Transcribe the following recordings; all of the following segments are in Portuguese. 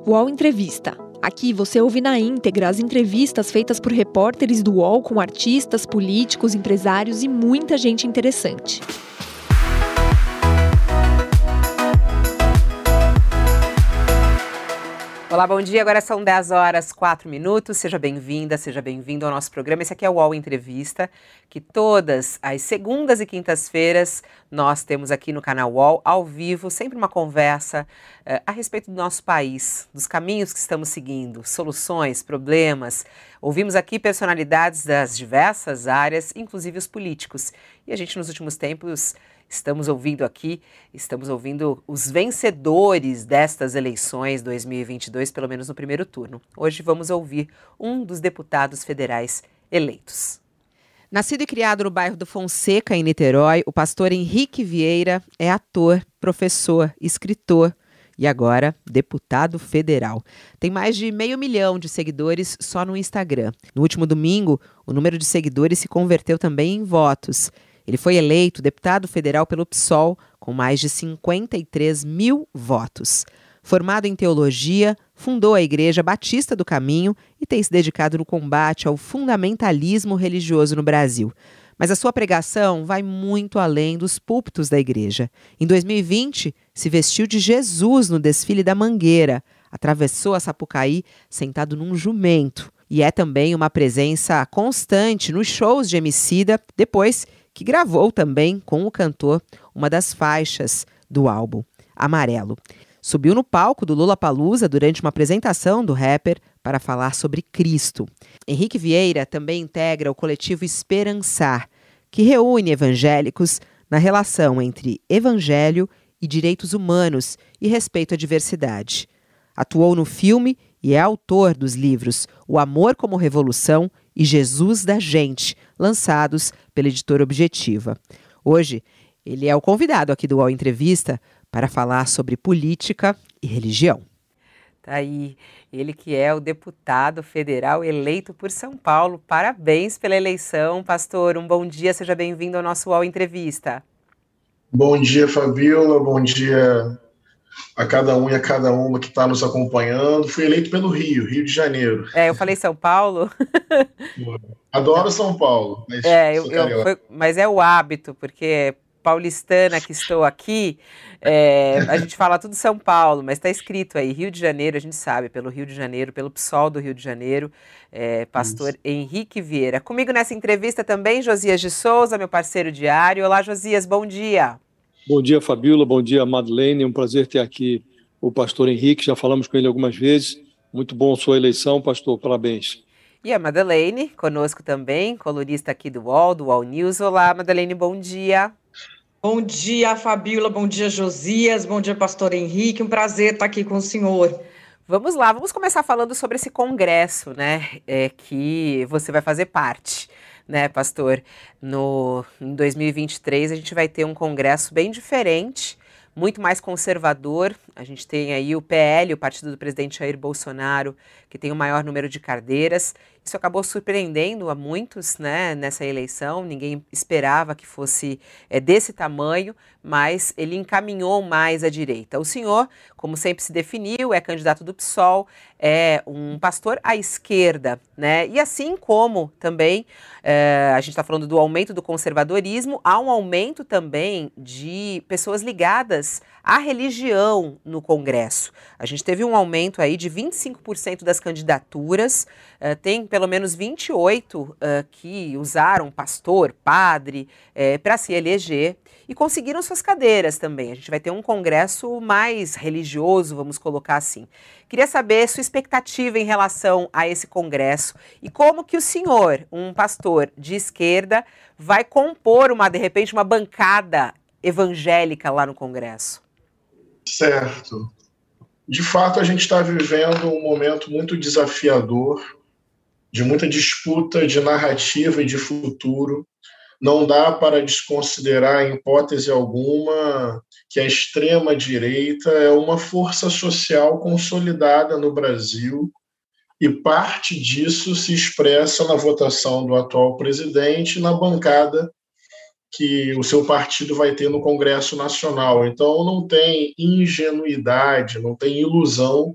UOL Entrevista. Aqui você ouve na íntegra as entrevistas feitas por repórteres do UOL com artistas, políticos, empresários e muita gente interessante. Olá, bom dia. Agora são 10h04. Seja bem-vinda, seja bem-vindo ao nosso programa. Esse aqui é o UOL Entrevista, que todas as segundas e quintas-feiras nós temos aqui no canal UOL, ao vivo, sempre uma conversa a respeito do nosso país, dos caminhos que estamos seguindo, soluções, problemas. Ouvimos aqui personalidades das diversas áreas, inclusive os políticos. E a gente, nos últimos tempos, estamos ouvindo os vencedores destas eleições 2022, pelo menos no primeiro turno. Hoje vamos ouvir um dos deputados federais eleitos. Nascido e criado no bairro do Fonseca, em Niterói, o pastor Henrique Vieira é ator, professor, escritor e agora deputado federal. Tem mais de 500 mil de seguidores só no Instagram. No último domingo, o número de seguidores se converteu também em votos. Ele foi eleito deputado federal pelo PSOL com mais de 53 mil votos. Formado em teologia, fundou a Igreja Batista do Caminho e tem se dedicado no combate ao fundamentalismo religioso no Brasil. Mas a sua pregação vai muito além dos púlpitos da igreja. Em 2020, se vestiu de Jesus no desfile da Mangueira, atravessou a Sapucaí sentado num jumento e é também uma presença constante nos shows de Emicida, depois que gravou também com o cantor uma das faixas do álbum, Amarelo. Subiu no palco do Lollapalooza durante uma apresentação do rapper para falar sobre Cristo. Henrique Vieira também integra o coletivo Esperançar, que reúne evangélicos na relação entre evangelho e direitos humanos e respeito à diversidade. Atuou no filme e é autor dos livros O Amor como Revolução e Jesus da Gente, lançados pela editora Objetiva. Hoje, ele é o convidado aqui do UOL Entrevista para falar sobre política e religião. Tá aí, ele que é o deputado federal eleito por São Paulo. Parabéns pela eleição, pastor. Um bom dia, seja bem-vindo ao nosso UOL Entrevista. Bom dia, Fabiola. Bom dia a cada um e a cada uma que está nos acompanhando. Fui eleito pelo Rio de Janeiro. Eu falei São Paulo. Adoro São Paulo. Mas é o hábito, porque paulistana que estou aqui, a gente fala tudo São Paulo, mas está escrito aí, Rio de Janeiro, a gente sabe, pelo Rio de Janeiro, pelo PSOL do Rio de Janeiro, pastor Isso. Henrique Vieira. Comigo nessa entrevista também, Josias de Souza, meu parceiro diário. Olá, Josias, bom dia. Bom dia, Fabiola, bom dia, Madeleine, é um prazer ter aqui o pastor Henrique, já falamos com ele algumas vezes, muito bom sua eleição, pastor, parabéns. E a Madeleine, conosco também, colunista aqui do UOL News. Olá, Madeleine, bom dia. Bom dia, Fabiola, bom dia, Josias, bom dia, pastor Henrique, um prazer estar aqui com o senhor. Vamos lá, vamos começar falando sobre esse congresso, né, que você vai fazer parte, né, pastor? Em 2023 a gente vai ter um congresso bem diferente, muito mais conservador. A gente tem aí o PL, o partido do presidente Jair Bolsonaro, que tem o maior número de cadeiras. Isso acabou surpreendendo a muitos, né, nessa eleição. Ninguém esperava que fosse desse tamanho, mas ele encaminhou mais à direita. O senhor, como sempre se definiu, é candidato do PSOL, é um pastor à esquerda, né? E assim como também a gente está falando do aumento do conservadorismo, há um aumento também de pessoas ligadas à religião no Congresso. A gente teve um aumento aí de 25% das candidaturas, tem pelo menos 28 que usaram pastor, padre, para se eleger e conseguiram suas cadeiras também. A gente vai ter um congresso mais religioso, vamos colocar assim. Queria saber sua expectativa em relação a esse congresso e como que o senhor, um pastor de esquerda, vai compor de repente, uma bancada evangélica lá no congresso. Certo. De fato, a gente está vivendo um momento muito desafiador, de muita disputa de narrativa e de futuro. Não dá para desconsiderar, em hipótese alguma, que a extrema-direita é uma força social consolidada no Brasil e parte disso se expressa na votação do atual presidente e na bancada que o seu partido vai ter no Congresso Nacional. Então, não tem ingenuidade, não tem ilusão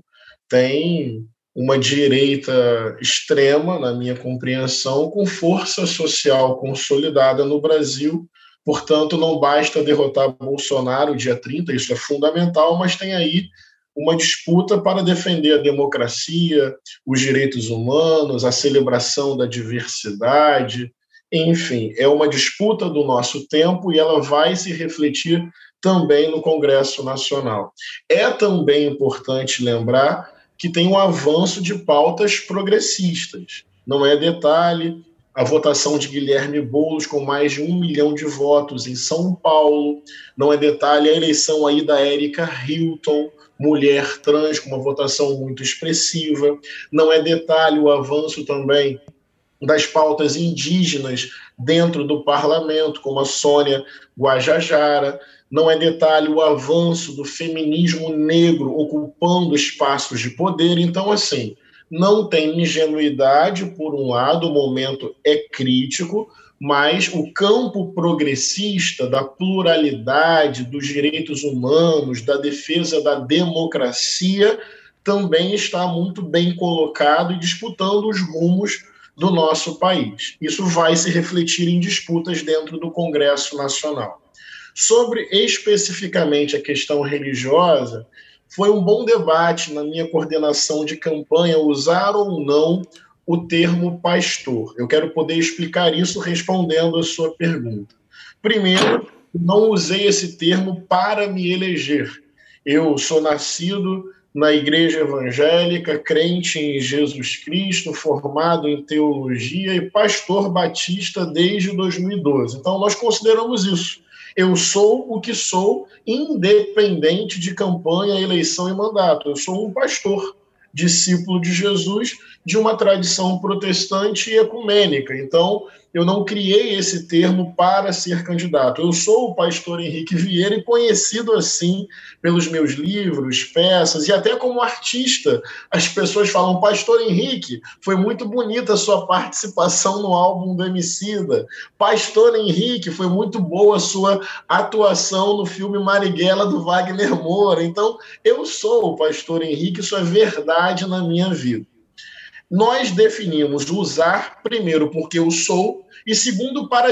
tem uma direita extrema, na minha compreensão, com força social consolidada no Brasil. Portanto, não basta derrotar Bolsonaro dia 30, isso é fundamental, mas tem aí uma disputa para defender a democracia, os direitos humanos, a celebração da diversidade. Enfim, é uma disputa do nosso tempo e ela vai se refletir também no Congresso Nacional. É também importante lembrar que tem um avanço de pautas progressistas. Não é detalhe a votação de Guilherme Boulos com mais de 1 milhão de votos em São Paulo. Não é detalhe a eleição aí da Érica Hilton, mulher trans, com uma votação muito expressiva. Não é detalhe o avanço também das pautas indígenas dentro do parlamento, como a Sônia Guajajara. Não é detalhe o avanço do feminismo negro ocupando espaços de poder. Então, assim, não tem ingenuidade, por um lado, o momento é crítico, mas o campo progressista da pluralidade, dos direitos humanos, da defesa da democracia, também está muito bem colocado e disputando os rumos do nosso país. Isso vai se refletir em disputas dentro do Congresso Nacional. Sobre especificamente a questão religiosa, foi um bom debate na minha coordenação de campanha usar ou não o termo pastor. Eu quero poder explicar isso respondendo a sua pergunta. Primeiro, não usei esse termo para me eleger. Eu sou nascido na igreja evangélica, crente em Jesus Cristo, formado em teologia e pastor batista desde 2012. Então, nós consideramos isso. Eu sou o que sou, independente de campanha, eleição e mandato. Eu sou um pastor, discípulo de Jesus, de uma tradição protestante e ecumênica. Então, eu não criei esse termo para ser candidato. Eu sou o pastor Henrique Vieira e conhecido assim pelos meus livros, peças e até como artista. As pessoas falam, pastor Henrique, foi muito bonita a sua participação no álbum do Emicida. Pastor Henrique, foi muito boa a sua atuação no filme Marighella do Wagner Moura. Então, eu sou o pastor Henrique, isso é verdade na minha vida. Nós definimos usar, primeiro, porque eu sou, e segundo, para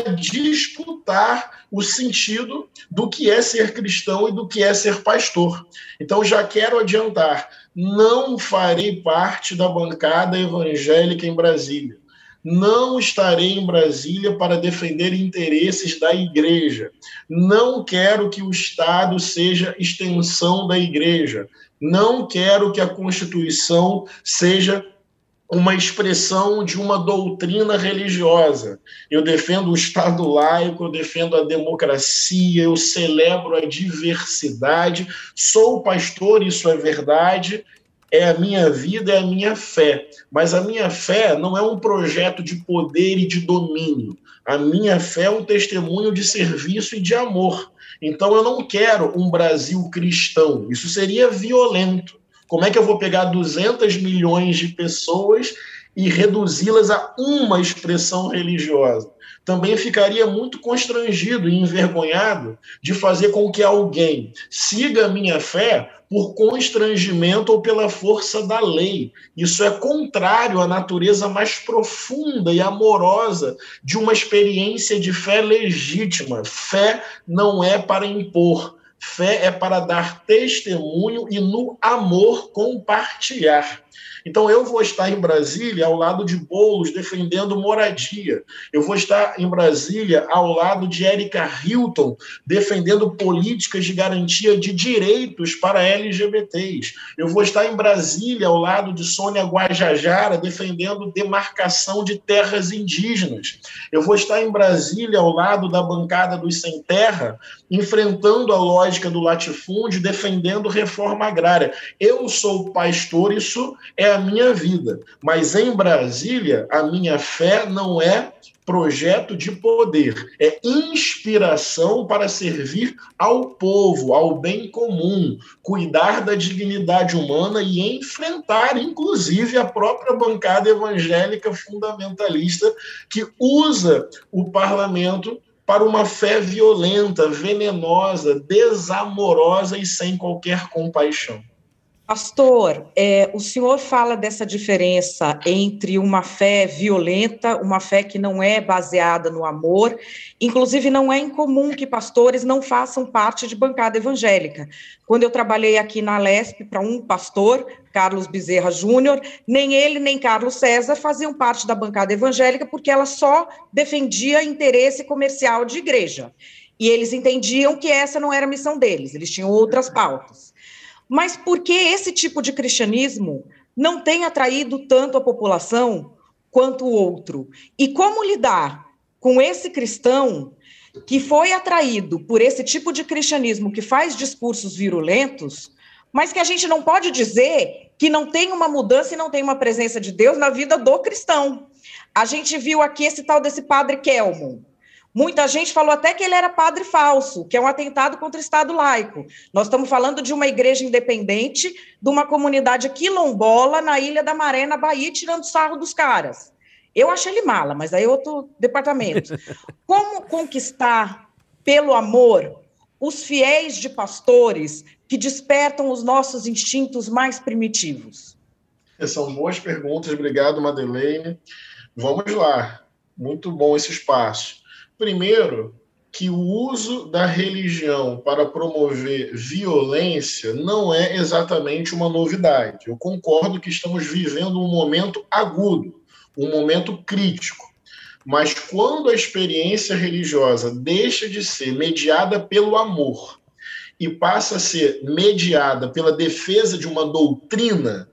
disputar o sentido do que é ser cristão e do que é ser pastor. Então, já quero adiantar, não farei parte da bancada evangélica em Brasília. Não estarei em Brasília para defender interesses da igreja. Não quero que o Estado seja extensão da igreja. Não quero que a Constituição seja uma expressão de uma doutrina religiosa. Eu defendo o Estado laico, eu defendo a democracia, eu celebro a diversidade, sou pastor, isso é verdade, é a minha vida, é a minha fé. Mas a minha fé não é um projeto de poder e de domínio. A minha fé é um testemunho de serviço e de amor. Então eu não quero um Brasil cristão, isso seria violento. Como é que eu vou pegar 200 milhões de pessoas e reduzi-las a uma expressão religiosa? Também ficaria muito constrangido e envergonhado de fazer com que alguém siga a minha fé por constrangimento ou pela força da lei. Isso é contrário à natureza mais profunda e amorosa de uma experiência de fé legítima. Fé não é para impor. Fé é para dar testemunho e no amor compartilhar. Então eu vou estar em Brasília ao lado de Boulos defendendo moradia. Eu vou estar em Brasília ao lado de Érica Hilton defendendo políticas de garantia de direitos para LGBTs. Eu vou estar em Brasília ao lado de Sônia Guajajara defendendo demarcação de terras indígenas. Eu vou estar em Brasília ao lado da bancada dos sem terra enfrentando a lógica do latifúndio, defendendo reforma agrária. Eu sou pastor, isso é a minha vida. Mas em Brasília, a minha fé não é projeto de poder, é inspiração para servir ao povo, ao bem comum, cuidar da dignidade humana e enfrentar, inclusive, a própria bancada evangélica fundamentalista que usa o parlamento para uma fé violenta, venenosa, desamorosa e sem qualquer compaixão. Pastor, o senhor fala dessa diferença entre uma fé violenta, uma fé que não é baseada no amor. Inclusive, não é incomum que pastores não façam parte de bancada evangélica. Quando eu trabalhei aqui na Lesp para um pastor, Carlos Bezerra Júnior, nem ele nem Carlos César faziam parte da bancada evangélica porque ela só defendia interesse comercial de igreja. E eles entendiam que essa não era a missão deles, eles tinham outras pautas. Mas por que esse tipo de cristianismo não tem atraído tanto a população quanto o outro? E como lidar com esse cristão que foi atraído por esse tipo de cristianismo que faz discursos virulentos, mas que a gente não pode dizer que não tem uma mudança e não tem uma presença de Deus na vida do cristão? A gente viu aqui esse tal desse padre Kelmon. Muita gente falou até que ele era padre falso, que é um atentado contra o Estado laico. Nós estamos falando de uma igreja independente, de uma comunidade quilombola na Ilha da Maré, na Bahia, tirando sarro dos caras. Eu acho ele mala, mas aí é outro departamento. Como conquistar, pelo amor, os fiéis de pastores que despertam os nossos instintos mais primitivos? São boas perguntas, obrigado, Madeleine. Vamos lá, muito bom esse espaço. Primeiro, que o uso da religião para promover violência não é exatamente uma novidade. Eu concordo que estamos vivendo um momento agudo, um momento crítico. Mas quando a experiência religiosa deixa de ser mediada pelo amor e passa a ser mediada pela defesa de uma doutrina,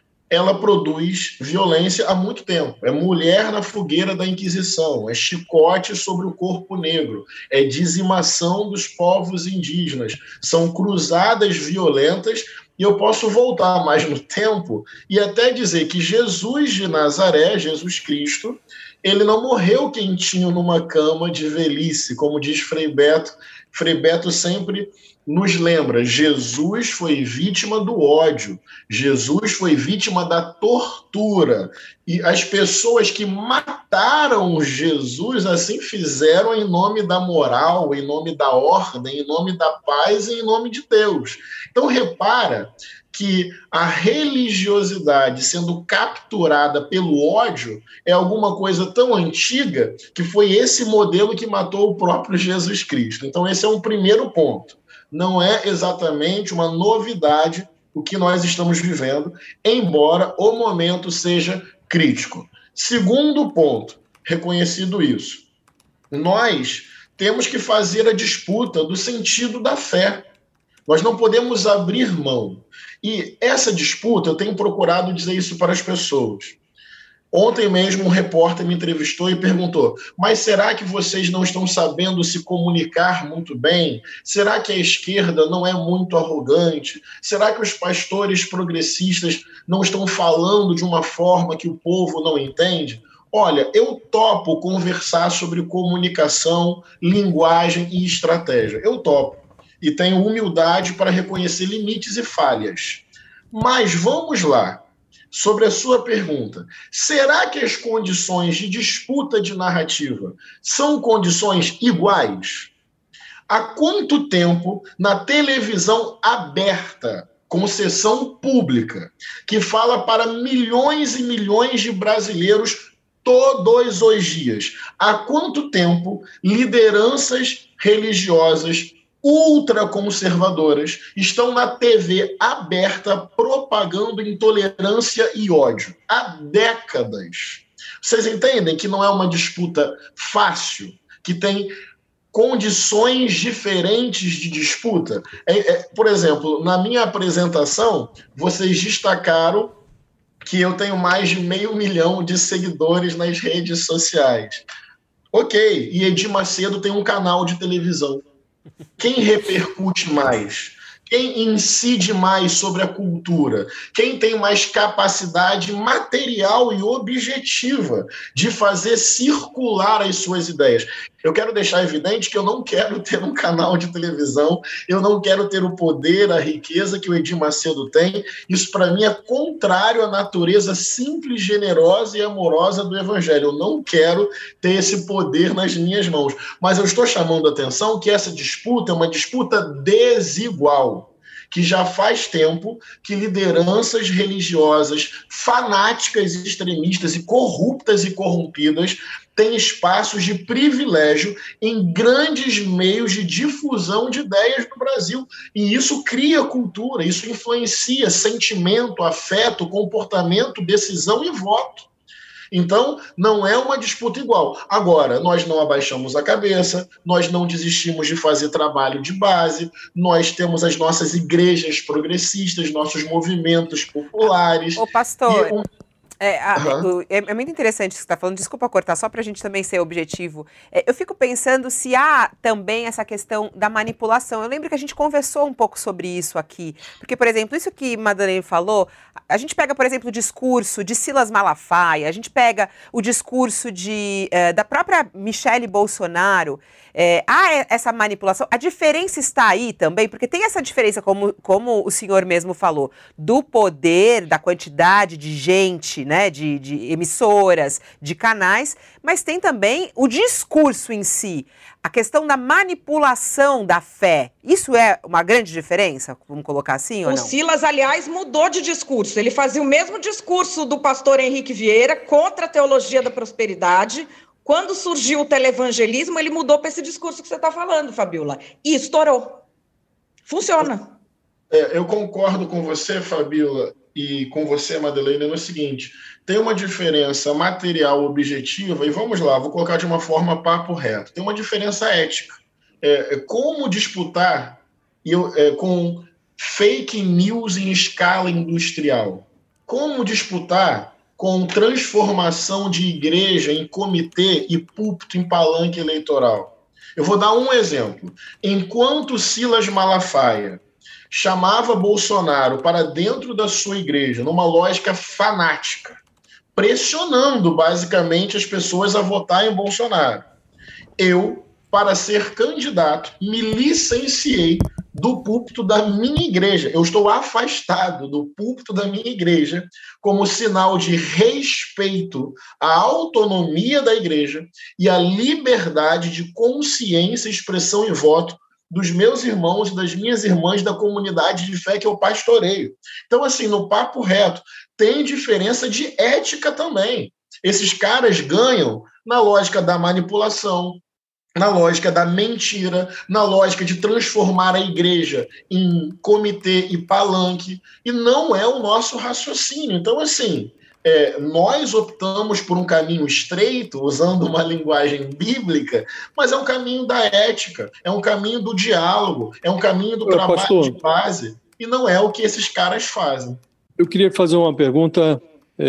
ela produz violência há muito tempo. É mulher na fogueira da Inquisição, é chicote sobre o corpo negro, é dizimação dos povos indígenas, são cruzadas violentas, e eu posso voltar mais no tempo e até dizer que Jesus de Nazaré, Jesus Cristo, ele não morreu quentinho numa cama de velhice, como diz Frei Beto. Frei Beto sempre nos lembra, Jesus foi vítima do ódio, Jesus foi vítima da tortura, e as pessoas que mataram Jesus assim fizeram em nome da moral, em nome da ordem, em nome da paz e em nome de Deus. Então repara que a religiosidade sendo capturada pelo ódio é alguma coisa tão antiga que foi esse modelo que matou o próprio Jesus Cristo. Então esse é um primeiro ponto. Não é exatamente uma novidade o que nós estamos vivendo, embora o momento seja crítico. Segundo ponto, reconhecido isso, nós temos que fazer a disputa do sentido da fé. Nós não podemos abrir mão. E essa disputa, eu tenho procurado dizer isso para as pessoas. Ontem mesmo um repórter me entrevistou e perguntou, mas será que vocês não estão sabendo se comunicar muito bem? Será que a esquerda não é muito arrogante? Será que os pastores progressistas não estão falando de uma forma que o povo não entende? Olha, eu topo conversar sobre comunicação, linguagem e estratégia. Eu topo. E tenho humildade para reconhecer limites e falhas. Mas vamos lá. Sobre a sua pergunta, será que as condições de disputa de narrativa são condições iguais? Há quanto tempo na televisão aberta, concessão pública, que fala para milhões e milhões de brasileiros todos os dias, há quanto tempo lideranças religiosas ultraconservadoras estão na TV aberta propagando intolerância e ódio há décadas? Vocês entendem que não é uma disputa fácil, que tem condições diferentes de disputa? Por exemplo, na minha apresentação, vocês destacaram que eu tenho mais de 500 mil de seguidores nas redes sociais. Ok, e Edir Macedo tem um canal de televisão. Quem repercute mais? Quem incide mais sobre a cultura? Quem tem mais capacidade material e objetiva de fazer circular as suas ideias? Eu quero deixar evidente que eu não quero ter um canal de televisão, eu não quero ter o poder, a riqueza que o Edir Macedo tem. Isso, para mim, é contrário à natureza simples, generosa e amorosa do Evangelho. Eu não quero ter esse poder nas minhas mãos. Mas eu estou chamando a atenção que essa disputa é uma disputa desigual. que já faz tempo que lideranças religiosas fanáticas, extremistas e corruptas e corrompidas têm espaços de privilégio em grandes meios de difusão de ideias no Brasil. E isso cria cultura, isso influencia sentimento, afeto, comportamento, decisão e voto. Então, não é uma disputa igual. Agora, nós não abaixamos a cabeça, nós não desistimos de fazer trabalho de base, nós temos as nossas igrejas progressistas, nossos movimentos populares. Ô, pastor... É muito interessante isso que você está falando, desculpa cortar, só para a gente também ser objetivo. Eu fico pensando se há também essa questão da manipulação. Eu lembro que a gente conversou um pouco sobre isso aqui, porque, por exemplo, isso que Madeleine falou, a gente pega, por exemplo, o discurso de Silas Malafaia, a gente pega o discurso da própria Michele Bolsonaro. Há essa manipulação, a diferença está aí também, porque tem essa diferença, como o senhor mesmo falou, do poder, da quantidade de gente, né, de emissoras, de canais, mas tem também o discurso em si, a questão da manipulação da fé. Isso é uma grande diferença, vamos colocar assim ou não? O Silas, aliás, mudou de discurso, ele fazia o mesmo discurso do pastor Henrique Vieira contra a teologia da prosperidade. Quando surgiu o televangelismo, ele mudou para esse discurso que você está falando, Fabiola, e estourou. Funciona. Eu concordo com você, Fabiola, e com você, Madeleine, no seguinte: tem uma diferença material objetiva, e vamos lá, vou colocar de uma forma papo reto. Tem uma diferença ética. Como disputar com fake news em escala industrial? Como disputar com transformação de igreja em comitê e púlpito em palanque eleitoral? Eu vou dar um exemplo. Enquanto Silas Malafaia chamava Bolsonaro para dentro da sua igreja, numa lógica fanática, pressionando basicamente as pessoas a votar em Bolsonaro, eu, para ser candidato, me licenciei do púlpito da minha igreja. Eu estou afastado do púlpito da minha igreja como sinal de respeito à autonomia da igreja e à liberdade de consciência, expressão e voto dos meus irmãos e das minhas irmãs da comunidade de fé que eu pastoreio. Então, assim, no papo reto, tem diferença de ética também. Esses caras ganham na lógica da manipulação, na lógica da mentira, na lógica de transformar a igreja em comitê e palanque, e não é o nosso raciocínio. Então, assim, nós optamos por um caminho estreito, usando uma linguagem bíblica, mas é um caminho da ética, é um caminho do diálogo, é um caminho do trabalho pastor, de base, e não é o que esses caras fazem. Eu queria fazer uma pergunta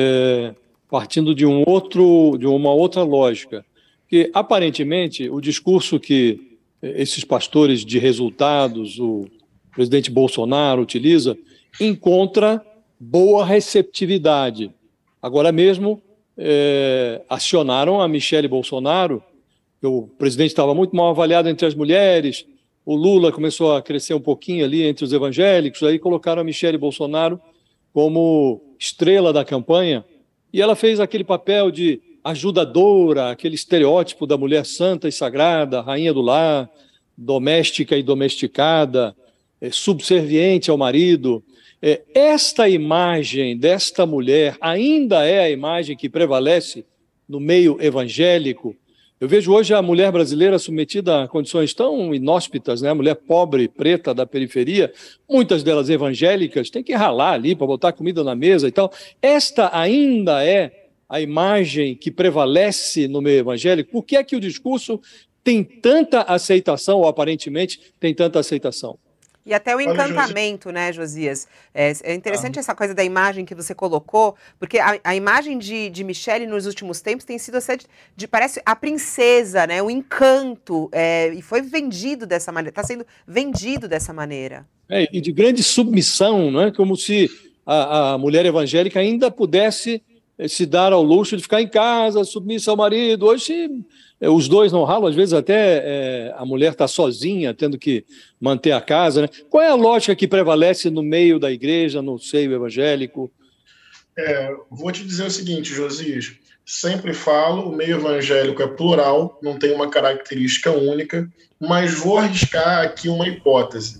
partindo de uma outra lógica. Que, aparentemente, o discurso que esses pastores de resultados, o presidente Bolsonaro utiliza, encontra boa receptividade. Agora mesmo, acionaram a Michele Bolsonaro, que o presidente estava muito mal avaliado entre as mulheres, o Lula começou a crescer um pouquinho ali entre os evangélicos, aí colocaram a Michele Bolsonaro como estrela da campanha, e ela fez aquele papel de ajudadora, aquele estereótipo da mulher santa e sagrada, rainha do lar, doméstica e domesticada, subserviente ao marido. Esta imagem desta mulher ainda é a imagem que prevalece no meio evangélico. Eu vejo hoje a mulher brasileira submetida a condições tão inóspitas, né? A mulher pobre, preta, da periferia, muitas delas evangélicas, tem que ralar ali para botar comida na mesa e tal. Esta ainda é a imagem que prevalece no meio evangélico. Por que é que o discurso tem tanta aceitação, ou aparentemente tem tanta aceitação? E até o encantamento, né, Josias? É interessante essa coisa da imagem que você colocou, porque a imagem de Michele nos últimos tempos tem sido parece a princesa, né? O encanto, e foi vendido dessa maneira, está sendo vendido dessa maneira. E de grande submissão, né? Como se a mulher evangélica ainda pudesse se dar ao luxo de ficar em casa, submissa ao marido. Hoje os dois não ralam, às vezes até a mulher está sozinha, tendo que manter a casa, né? Qual é a lógica que prevalece no meio da igreja, no seio evangélico? Vou te dizer o seguinte, Josias, sempre falo, o meio evangélico é plural, não tem uma característica única, mas vou arriscar aqui uma hipótese.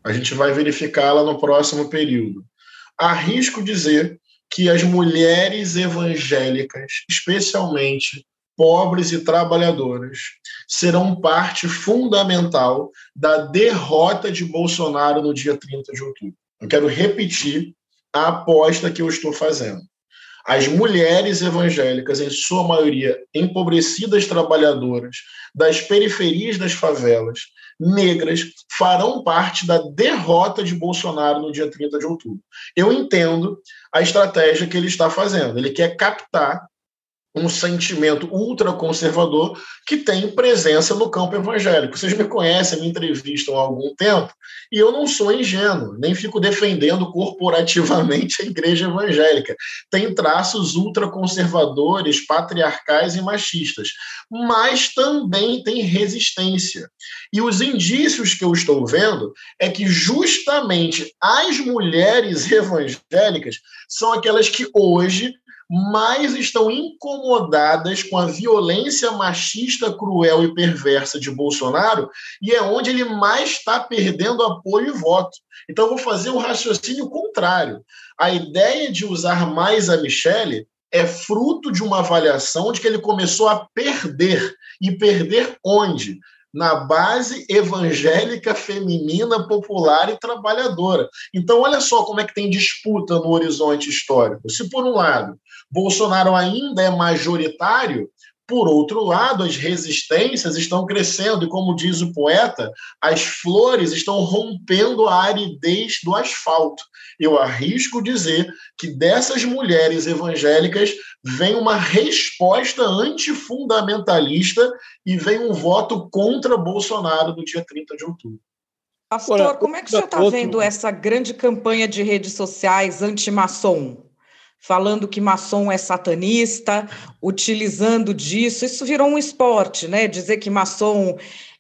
A gente vai verificá-la no próximo período. Arrisco dizer que as mulheres evangélicas, especialmente pobres e trabalhadoras, serão parte fundamental da derrota de Bolsonaro no dia 30 de outubro. Eu quero repetir a aposta que eu estou fazendo. As mulheres evangélicas, em sua maioria empobrecidas trabalhadoras, das periferias das favelas, negras, farão parte da derrota de Bolsonaro no dia 30 de outubro. Eu entendo a estratégia que ele está fazendo. Ele quer captar um sentimento ultraconservador que tem presença no campo evangélico. Vocês me conhecem, me entrevistam há algum tempo, e eu não sou ingênuo, nem fico defendendo corporativamente a igreja evangélica. Tem traços ultraconservadores, patriarcais e machistas, mas também tem resistência. E os indícios que eu estou vendo é que justamente as mulheres evangélicas são aquelas que hoje mais estão incomodadas com a violência machista, cruel e perversa de Bolsonaro, e é onde ele mais está perdendo apoio e voto. Então, eu vou fazer um raciocínio contrário. A ideia de usar mais a Michelle é fruto de uma avaliação de que ele começou a perder. E perder onde? Na base evangélica, feminina, popular e trabalhadora. Então, olha só como é que tem disputa no horizonte histórico. Se, por um lado, Bolsonaro ainda é majoritário, por outro lado, as resistências estão crescendo e, como diz o poeta, as flores estão rompendo a aridez do asfalto. Eu arrisco dizer que dessas mulheres evangélicas vem uma resposta antifundamentalista e vem um voto contra Bolsonaro no dia 30 de outubro. Pastor, como é que o senhor está vendo essa grande campanha de redes sociais anti-maçom? Falando que maçom é satanista, utilizando disso, isso virou um esporte, né? Dizer que maçom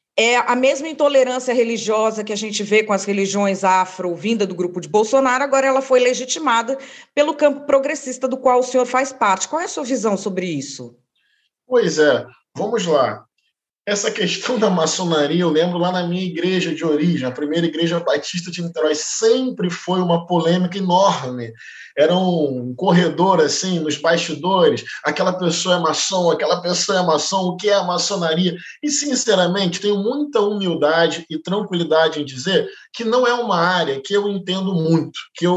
é a mesma intolerância religiosa que a gente vê com as religiões afro vinda do grupo de Bolsonaro, agora ela foi legitimada pelo campo progressista do qual o senhor faz parte. Qual é a sua visão sobre isso? Pois é, vamos lá. Essa questão da maçonaria, eu lembro lá na minha igreja de origem, a primeira igreja batista de Niterói, sempre foi uma polêmica enorme. Era um corredor, assim, nos bastidores, aquela pessoa é maçom, aquela pessoa é maçom, o que é a maçonaria? E, sinceramente, tenho muita humildade e tranquilidade em dizer que não é uma área que eu entendo muito, que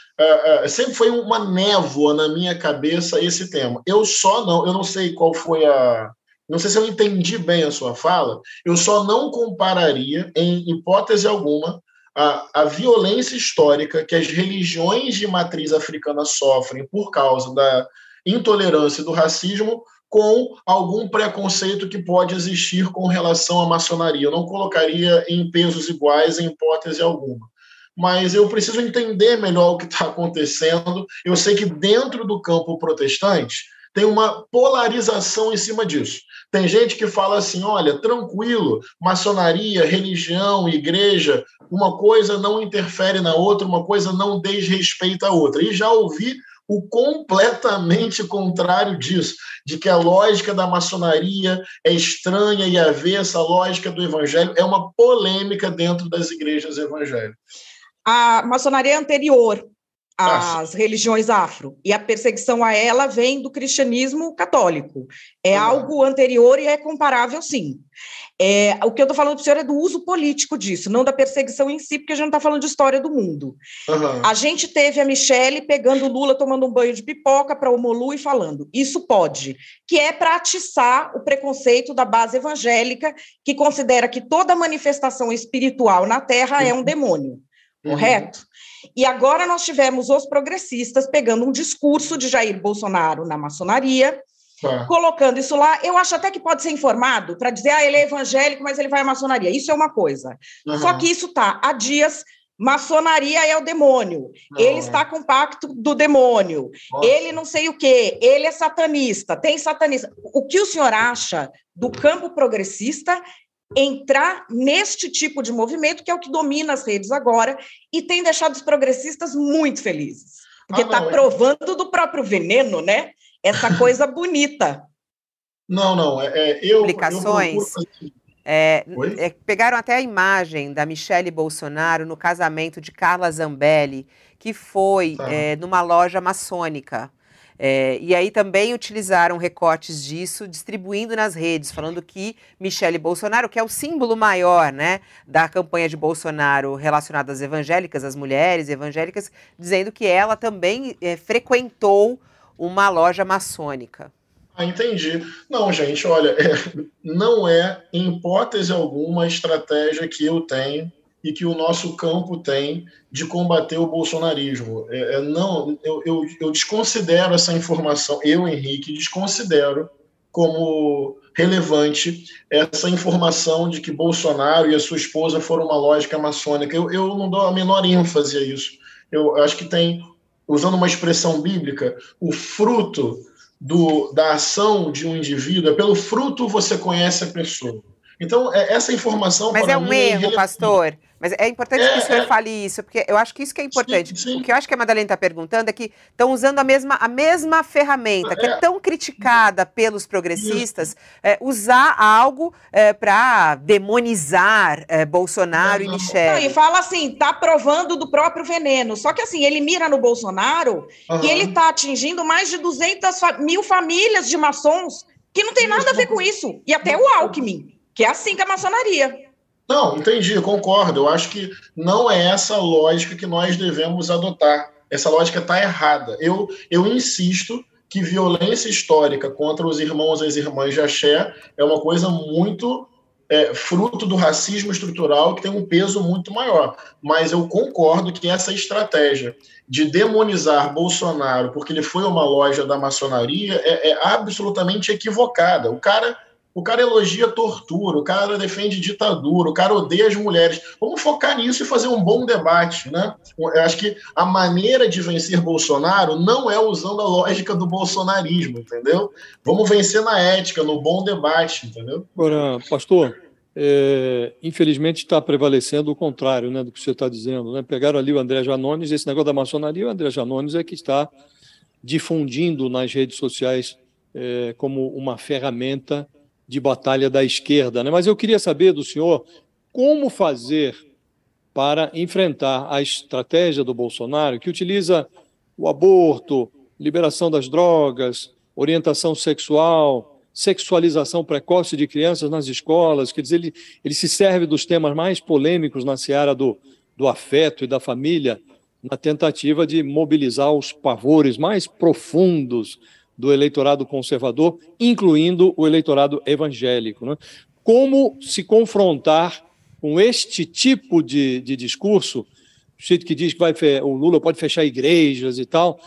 sempre foi uma névoa na minha cabeça esse tema. Eu não sei qual foi Não sei se eu entendi bem a sua fala, eu só não compararia, em hipótese alguma, a violência histórica que as religiões de matriz africana sofrem por causa da intolerância e do racismo com algum preconceito que pode existir com relação à maçonaria. Eu não colocaria em pesos iguais em hipótese alguma. Mas eu preciso entender melhor o que está acontecendo. Eu sei que dentro do campo protestante tem uma polarização em cima disso. Tem gente que fala assim, olha, tranquilo, maçonaria, religião, igreja, uma coisa não interfere na outra, uma coisa não desrespeita a outra. E já ouvi o completamente contrário disso, de que a lógica da maçonaria é estranha e avessa à lógica do evangelho. É uma polêmica dentro das igrejas evangélicas. A maçonaria é anterior às religiões afro, e a perseguição a ela vem do cristianismo católico. É algo anterior e é comparável, sim. O que eu estou falando para o senhor é do uso político disso, não da perseguição em si, porque a gente não está falando de história do mundo. A gente teve a Michelle pegando o Lula, tomando um banho de pipoca para o Molu e falando, isso pode, que é para atiçar o preconceito da base evangélica, que considera que toda manifestação espiritual na Terra é um demônio, correto? E agora nós tivemos os progressistas pegando um discurso de Jair Bolsonaro na maçonaria, colocando isso lá. Eu acho até que pode ser informado para dizer, ele é evangélico, mas ele vai à maçonaria. Isso é uma coisa. Só que isso está há dias, maçonaria é o demônio, ele está com o pacto do demônio, ele não sei o quê, ele é satanista, tem satanista. O que o senhor acha do campo progressista entrar neste tipo de movimento, que é o que domina as redes agora, e tem deixado os progressistas muito felizes, porque está provando do próprio veneno, né? Essa coisa bonita. Explicações. Pegaram até a imagem da Michele Bolsonaro no casamento de Carla Zambelli, que foi numa loja maçônica. E aí também utilizaram recortes disso, distribuindo nas redes, falando que Michele Bolsonaro, que é o símbolo maior, né, da campanha de Bolsonaro relacionada às evangélicas, às mulheres evangélicas, dizendo que ela também frequentou uma loja maçônica. Entendi. Não, gente, olha, não é, em hipótese alguma, a estratégia que eu tenho e que o nosso campo tem de combater o bolsonarismo. Eu desconsidero essa informação, eu, Henrique, desconsidero como relevante essa informação de que Bolsonaro e a sua esposa foram uma lógica maçônica. Eu não dou a menor ênfase a isso. Eu acho que tem, usando uma expressão bíblica, o fruto da ação de um indivíduo, pelo fruto você conhece a pessoa. Então, essa informação... Mas é um erro, pastor. Mas é importante que o senhor fale isso, porque eu acho que isso que é importante. Sim. O que eu acho que a Madalena está perguntando é que estão usando a mesma ferramenta, que é tão criticada pelos progressistas, usar algo para demonizar Bolsonaro e Michele. E fala assim, está provando do próprio veneno. Só que assim, ele mira no Bolsonaro e ele está atingindo mais de 200 mil famílias de maçons que não tem nada a ver com isso. E até o Alckmin, que é assim que a maçonaria. Não, entendi, eu concordo. Eu acho que não é essa lógica que nós devemos adotar. Essa lógica está errada. Eu insisto que violência histórica contra os irmãos e as irmãs de axé é uma coisa muito fruto do racismo estrutural, que tem um peso muito maior. Mas eu concordo que essa estratégia de demonizar Bolsonaro porque ele foi uma loja da maçonaria é absolutamente equivocada. O cara elogia tortura, o cara defende ditadura, o cara odeia as mulheres. Vamos focar nisso e fazer um bom debate, né? Eu acho que a maneira de vencer Bolsonaro não é usando a lógica do bolsonarismo, entendeu? Vamos vencer na ética, no bom debate, entendeu? Agora, pastor, infelizmente está prevalecendo o contrário, né, do que você está dizendo, né? Pegaram ali o André Janones, esse negócio da maçonaria, o André Janones é que está difundindo nas redes sociais como uma ferramenta de batalha da esquerda, né? Mas eu queria saber do senhor como fazer para enfrentar a estratégia do Bolsonaro, que utiliza o aborto, liberação das drogas, orientação sexual, sexualização precoce de crianças nas escolas. Quer dizer, ele se serve dos temas mais polêmicos na seara do afeto e da família, na tentativa de mobilizar os pavores mais profundos do eleitorado conservador, incluindo o eleitorado evangélico, né? Como se confrontar com este tipo de discurso, o jeito que diz que o Lula pode fechar igrejas e tal,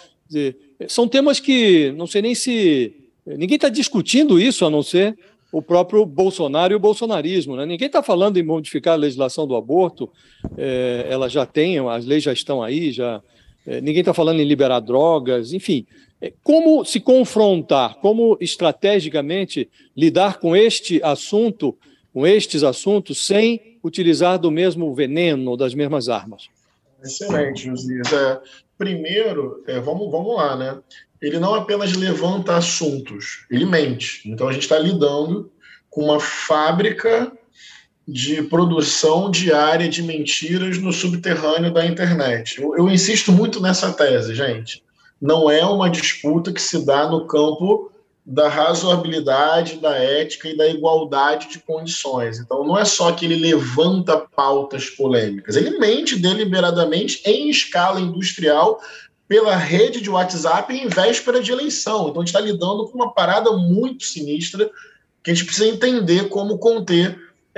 são temas que não sei nem se... Ninguém está discutindo isso, a não ser o próprio Bolsonaro e o bolsonarismo, né? Ninguém está falando em modificar a legislação do aborto, ela já tem, as leis já estão aí, ninguém está falando em liberar drogas, enfim... Como se confrontar, como estrategicamente lidar com este assunto, com estes assuntos, sem utilizar do mesmo veneno, das mesmas armas? Excelente, Josias. Primeiro, vamos lá, né? Ele não apenas levanta assuntos, ele mente. Então a gente está lidando com uma fábrica de produção diária de mentiras no subterrâneo da internet. Eu insisto muito nessa tese, gente. Não é uma disputa que se dá no campo da razoabilidade, da ética e da igualdade de condições. Então, não é só que ele levanta pautas polêmicas, ele mente deliberadamente em escala industrial pela rede de WhatsApp em véspera de eleição. Então, a gente está lidando com uma parada muito sinistra que a gente precisa entender como conter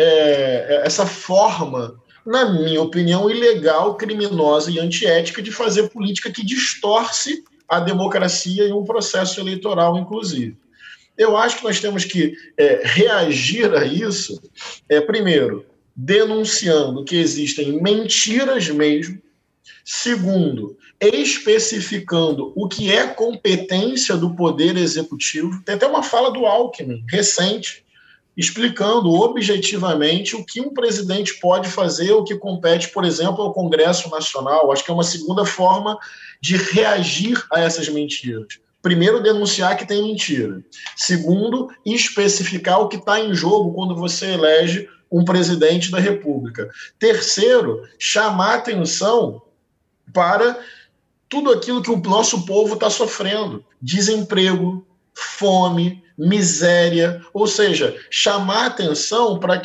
essa forma, na minha opinião, ilegal, criminosa e antiética de fazer política que distorce a democracia em um processo eleitoral, inclusive. Eu acho que nós temos que reagir a isso, primeiro, denunciando que existem mentiras mesmo, segundo, especificando o que é competência do Poder Executivo. Tem até uma fala do Alckmin, recente, explicando objetivamente o que um presidente pode fazer, o que compete, por exemplo, ao Congresso Nacional. Acho que é uma segunda forma de reagir a essas mentiras. Primeiro, denunciar que tem mentira. Segundo, especificar o que está em jogo quando você elege um presidente da República. Terceiro, chamar atenção para tudo aquilo que o nosso povo está sofrendo. Desemprego, fome, miséria. Ou seja, chamar atenção para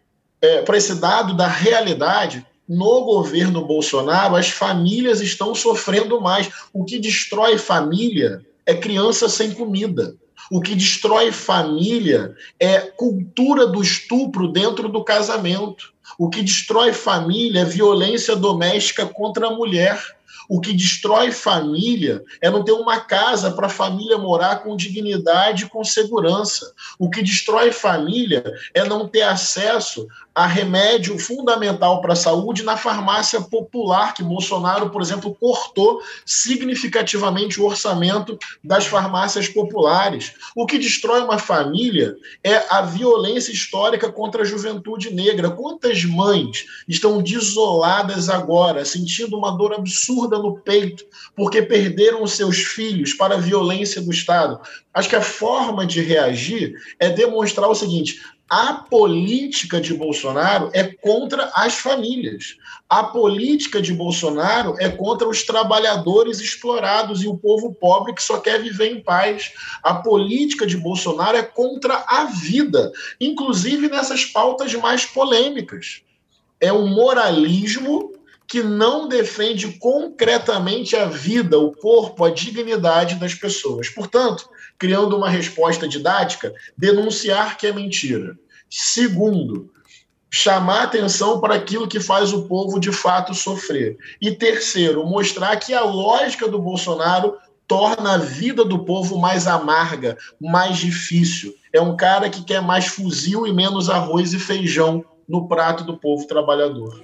esse dado da realidade. No governo Bolsonaro, as famílias estão sofrendo mais. O que destrói família é criança sem comida. O que destrói família é cultura do estupro dentro do casamento. O que destrói família é violência doméstica contra a mulher. O que destrói família é não ter uma casa para a família morar com dignidade e com segurança. O que destrói família é não ter acesso a remédio fundamental para a saúde na farmácia popular, que Bolsonaro, por exemplo, cortou significativamente o orçamento das farmácias populares. O que destrói uma família é a violência histórica contra a juventude negra. Quantas mães estão desoladas agora, sentindo uma dor absurda no peito, porque perderam os seus filhos para a violência do Estado? Acho que a forma de reagir é demonstrar o seguinte: a política de Bolsonaro é contra as famílias. A política de Bolsonaro é contra os trabalhadores explorados e o povo pobre que só quer viver em paz. A política de Bolsonaro é contra a vida, inclusive nessas pautas mais polêmicas. É um moralismo que não defende concretamente a vida, o corpo, a dignidade das pessoas. Portanto, criando uma resposta didática, denunciar que é mentira. Segundo, chamar atenção para aquilo que faz o povo de fato sofrer. E terceiro, mostrar que a lógica do Bolsonaro torna a vida do povo mais amarga, mais difícil. É um cara que quer mais fuzil e menos arroz e feijão no prato do povo trabalhador.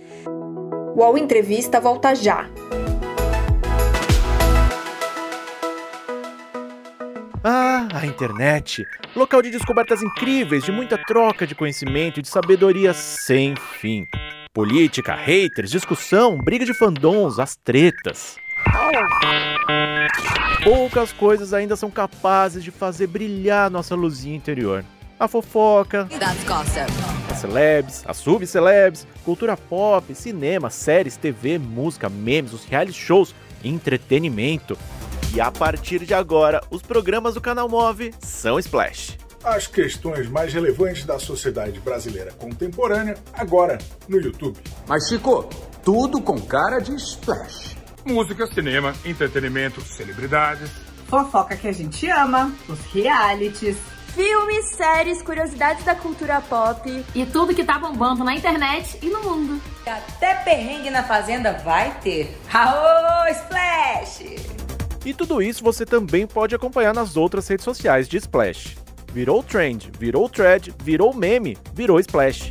O UOL Entrevista volta já. A internet, local de descobertas incríveis, de muita troca de conhecimento e de sabedoria sem fim. Política, haters, discussão, briga de fandoms, as tretas. Poucas coisas ainda são capazes de fazer brilhar nossa luzinha interior. A fofoca, as celebs, as subcelebs, cultura pop, cinema, séries, TV, música, memes, os reality shows, entretenimento. E a partir de agora, os programas do Canal Move são Splash. As questões mais relevantes da sociedade brasileira contemporânea, agora no YouTube. Mas Chico, tudo com cara de Splash. Música, cinema, entretenimento, celebridades. Fofoca que a gente ama, os realities. Filmes, séries, curiosidades da cultura pop. E tudo que tá bombando na internet e no mundo. Até perrengue na fazenda vai ter. Aô, Splash! E tudo isso você também pode acompanhar nas outras redes sociais de Splash. Virou trend, virou thread, virou meme, virou Splash.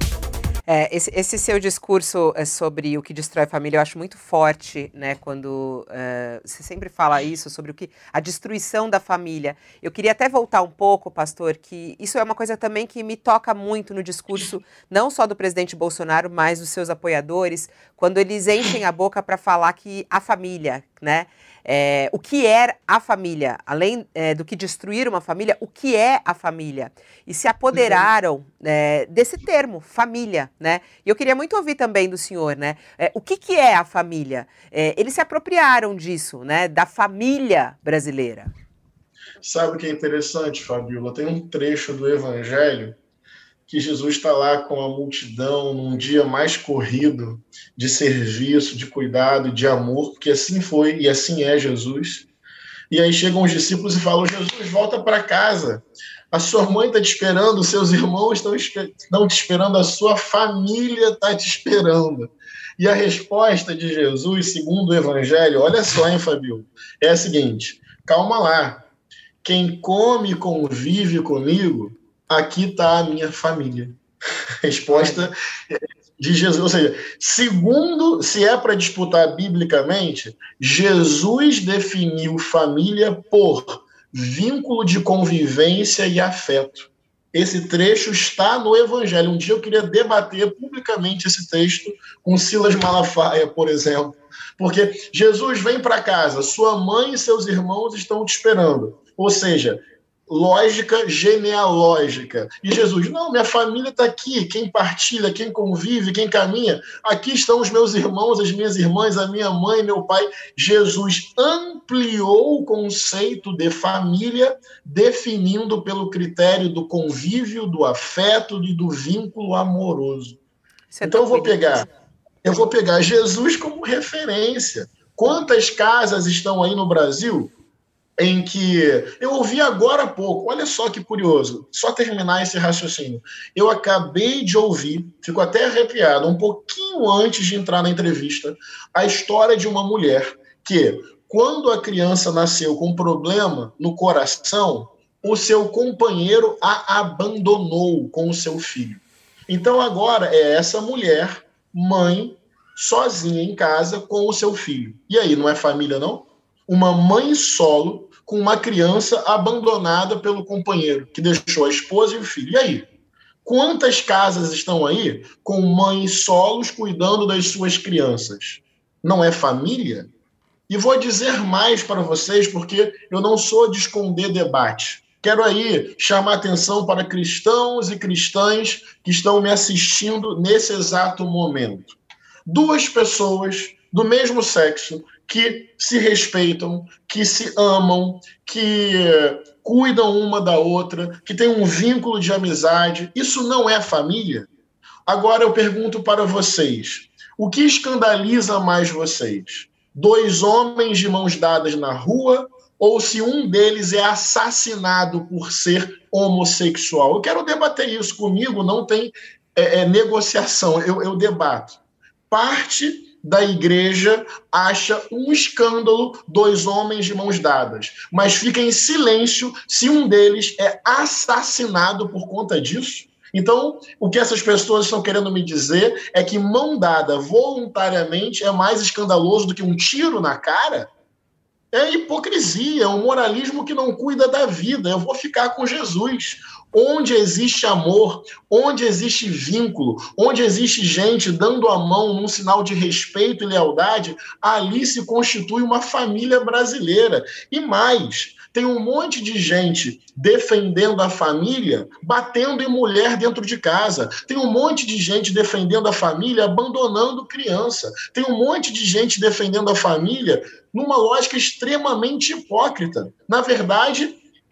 Esse seu discurso sobre o que destrói a família eu acho muito forte, né? Quando você sempre fala isso, sobre a destruição da família. Eu queria até voltar um pouco, pastor, que isso é uma coisa também que me toca muito no discurso, não só do presidente Bolsonaro, mas dos seus apoiadores, quando eles enchem a boca para falar que a família, né? O que é a família, além do que destruir uma família, o que é a família? E se apoderaram desse termo, família, né? E eu queria muito ouvir também do senhor, né? O que é a família? Eles se apropriaram disso, né? Da família brasileira. Sabe o que é interessante, Fabíola? Tem um trecho do Evangelho que Jesus está lá com a multidão num dia mais corrido de serviço, de cuidado, de amor, porque assim foi e assim é Jesus. E aí chegam os discípulos e falam: Jesus, volta para casa. A sua mãe está te esperando, os seus irmãos estão te esperando, a sua família está te esperando. E a resposta de Jesus, segundo o Evangelho, olha só, hein, Fabíola, é a seguinte: calma lá, quem come e convive comigo, aqui está a minha família. Resposta de Jesus. Ou seja, segundo, se é para disputar biblicamente, Jesus definiu família por vínculo de convivência e afeto. Esse trecho está no Evangelho. Um dia eu queria debater publicamente esse texto com Silas Malafaia, por exemplo. Porque Jesus vem para casa, sua mãe e seus irmãos estão te esperando. Ou seja, lógica genealógica. E Jesus, não, minha família está aqui, quem partilha, quem convive, quem caminha, aqui estão os meus irmãos, as minhas irmãs, a minha mãe, meu pai. Jesus ampliou o conceito de família, definindo pelo critério do convívio, do afeto e do vínculo amoroso. Então eu vou pegar Jesus como referência. Quantas casas estão aí no Brasil em que eu ouvi agora há pouco, olha só que curioso, só terminar esse raciocínio. Eu acabei de ouvir, fico até arrepiado, um pouquinho antes de entrar na entrevista, a história de uma mulher que, quando a criança nasceu com problema no coração, o seu companheiro a abandonou com o seu filho. Então agora é essa mulher, mãe, sozinha em casa com o seu filho. E aí, não é família, não? Uma mãe solo com uma criança abandonada pelo companheiro, que deixou a esposa e o filho. E aí? Quantas casas estão aí com mães solos cuidando das suas crianças? Não é família? E vou dizer mais para vocês, porque eu não sou de esconder debate. Quero aí chamar atenção para cristãos e cristãs que estão me assistindo nesse exato momento. Duas pessoas do mesmo sexo que se respeitam, que se amam, que cuidam uma da outra, que têm um vínculo de amizade. Isso não é família? Agora eu pergunto para vocês, o que escandaliza mais vocês? Dois homens de mãos dadas na rua ou se um deles é assassinado por ser homossexual? Eu quero debater isso comigo, não tem negociação, eu debato. Parte da igreja acha um escândalo dois homens de mãos dadas, mas fica em silêncio se um deles é assassinado por conta disso. Então, o que essas pessoas estão querendo me dizer é que mão dada voluntariamente é mais escandaloso do que um tiro na cara? É hipocrisia, é um moralismo que não cuida da vida. Eu vou ficar com Jesus. Onde existe amor, onde existe vínculo, onde existe gente dando a mão num sinal de respeito e lealdade, ali se constitui uma família brasileira. E mais, tem um monte de gente defendendo a família, batendo em mulher dentro de casa. Tem um monte de gente defendendo a família, abandonando criança. Tem um monte de gente defendendo a família numa lógica extremamente hipócrita. Na verdade,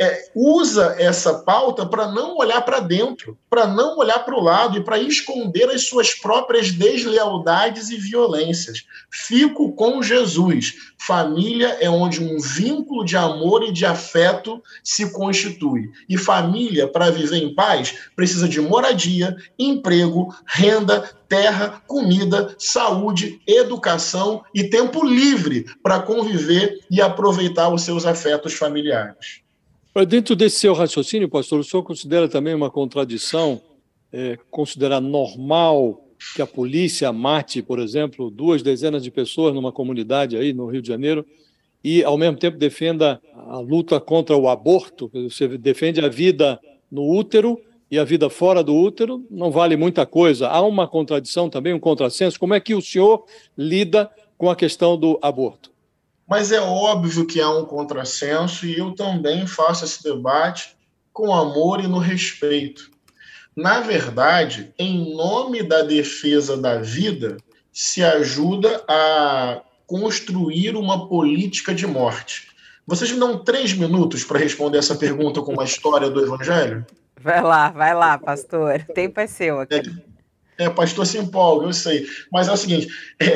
usa essa pauta para não olhar para dentro, para não olhar para o lado e para esconder as suas próprias deslealdades e violências. Fico com Jesus. Família é onde um vínculo de amor e de afeto se constitui. E família, para viver em paz, precisa de moradia, emprego, renda, terra, comida, saúde, educação e tempo livre para conviver e aproveitar os seus afetos familiares. Dentro desse seu raciocínio, pastor, o senhor considera também uma contradição considerar normal que a polícia mate, por exemplo, 200 de pessoas numa comunidade aí no Rio de Janeiro e, ao mesmo tempo, defenda a luta contra o aborto? Você defende a vida no útero e a vida fora do útero, não vale muita coisa. Há uma contradição também, um contrassenso. Como é que o senhor lida com a questão do aborto? Mas é óbvio que há um contrassenso e eu também faço esse debate com amor e no respeito. Na verdade, em nome da defesa da vida, se ajuda a construir uma política de morte. Vocês me dão 3 minutos para responder essa pergunta com uma história do Evangelho? Vai lá, pastor. O tempo é seu aqui. Pastor se empolga, eu sei. Mas é o seguinte...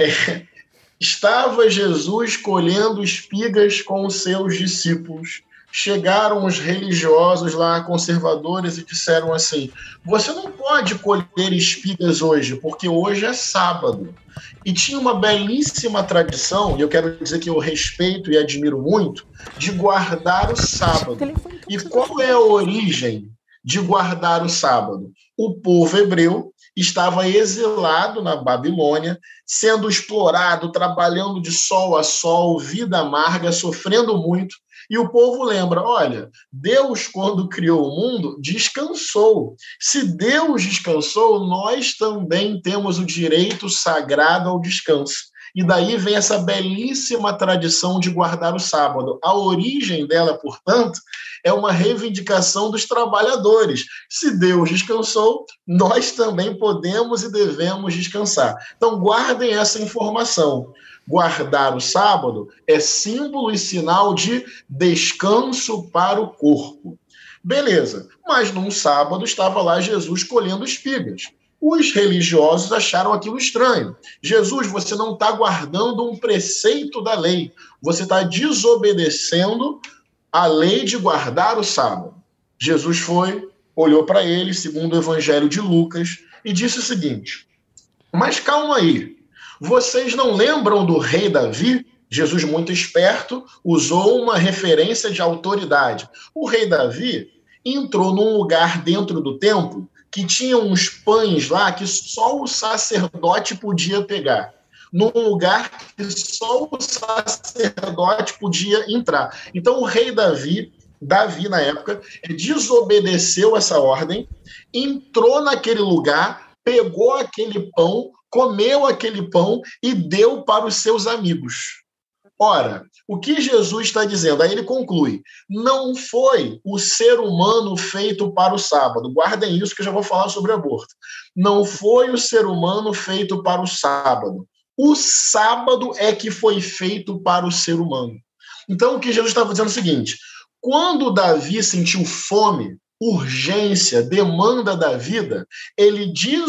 Estava Jesus colhendo espigas com os seus discípulos. Chegaram os religiosos lá, conservadores, e disseram assim: você não pode colher espigas hoje, porque hoje é sábado. E tinha uma belíssima tradição, e eu quero dizer que eu respeito e admiro muito, de guardar o sábado. E qual é a origem de guardar o sábado? O povo hebreu estava exilado na Babilônia, sendo explorado, trabalhando de sol a sol, vida amarga, sofrendo muito. E o povo lembra, olha, Deus, quando criou o mundo, descansou. Se Deus descansou, nós também temos o direito sagrado ao descanso. E daí vem essa belíssima tradição de guardar o sábado. A origem dela, portanto, é uma reivindicação dos trabalhadores. Se Deus descansou, nós também podemos e devemos descansar. Então, guardem essa informação. Guardar o sábado é símbolo e sinal de descanso para o corpo. Beleza, mas num sábado estava lá Jesus colhendo espigas. Os religiosos acharam aquilo estranho. Jesus, você não está guardando um preceito da lei. Você está desobedecendo a lei de guardar o sábado. Jesus foi, olhou para ele, segundo o Evangelho de Lucas, e disse o seguinte, mas calma aí, vocês não lembram do rei Davi? Jesus, muito esperto, usou uma referência de autoridade. O rei Davi entrou num lugar dentro do templo que tinha uns pães lá que só o sacerdote podia pegar. Num lugar que só o sacerdote podia entrar. Então o rei Davi na época, desobedeceu essa ordem, entrou naquele lugar, pegou aquele pão, comeu aquele pão e deu para os seus amigos. Ora, o que Jesus está dizendo? Aí ele conclui, não foi o ser humano feito para o sábado. Guardem isso que eu já vou falar sobre aborto. Não foi o ser humano feito para o sábado. O sábado é que foi feito para o ser humano. Então, o que Jesus estava dizendo é o seguinte, quando Davi sentiu fome, urgência, demanda da vida, ele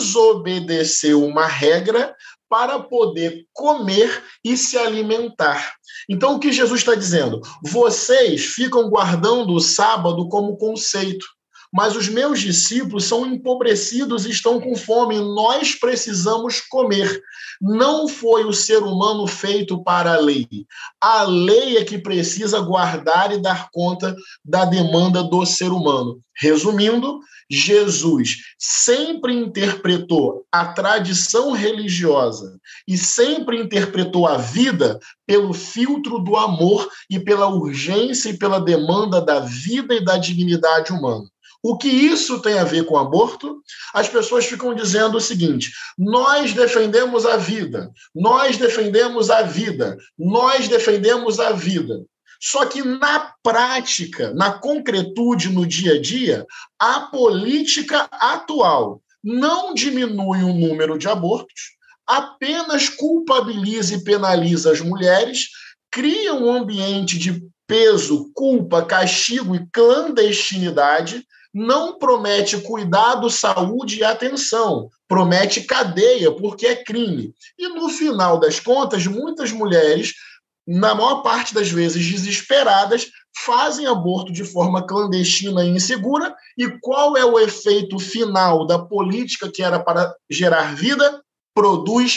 desobedeceu uma regra para poder comer e se alimentar. Então, o que Jesus está dizendo? Vocês ficam guardando o sábado como conceito, mas os meus discípulos são empobrecidos e estão com fome, nós precisamos comer. Não foi o ser humano feito para a lei. A lei é que precisa guardar e dar conta da demanda do ser humano. Resumindo, Jesus sempre interpretou a tradição religiosa e sempre interpretou a vida pelo filtro do amor e pela urgência e pela demanda da vida e da dignidade humana. O que isso tem a ver com aborto? As pessoas ficam dizendo o seguinte, nós defendemos a vida, nós defendemos a vida, nós defendemos a vida. Só que na prática, na concretude, no dia a dia, a política atual não diminui o número de abortos, apenas culpabiliza e penaliza as mulheres, cria um ambiente de peso, culpa, castigo e clandestinidade, não promete cuidado, saúde e atenção, promete cadeia, porque é crime. E no final das contas, muitas mulheres, na maior parte das vezes desesperadas, fazem aborto de forma clandestina e insegura. E qual é o efeito final da política que era para gerar vida? Produz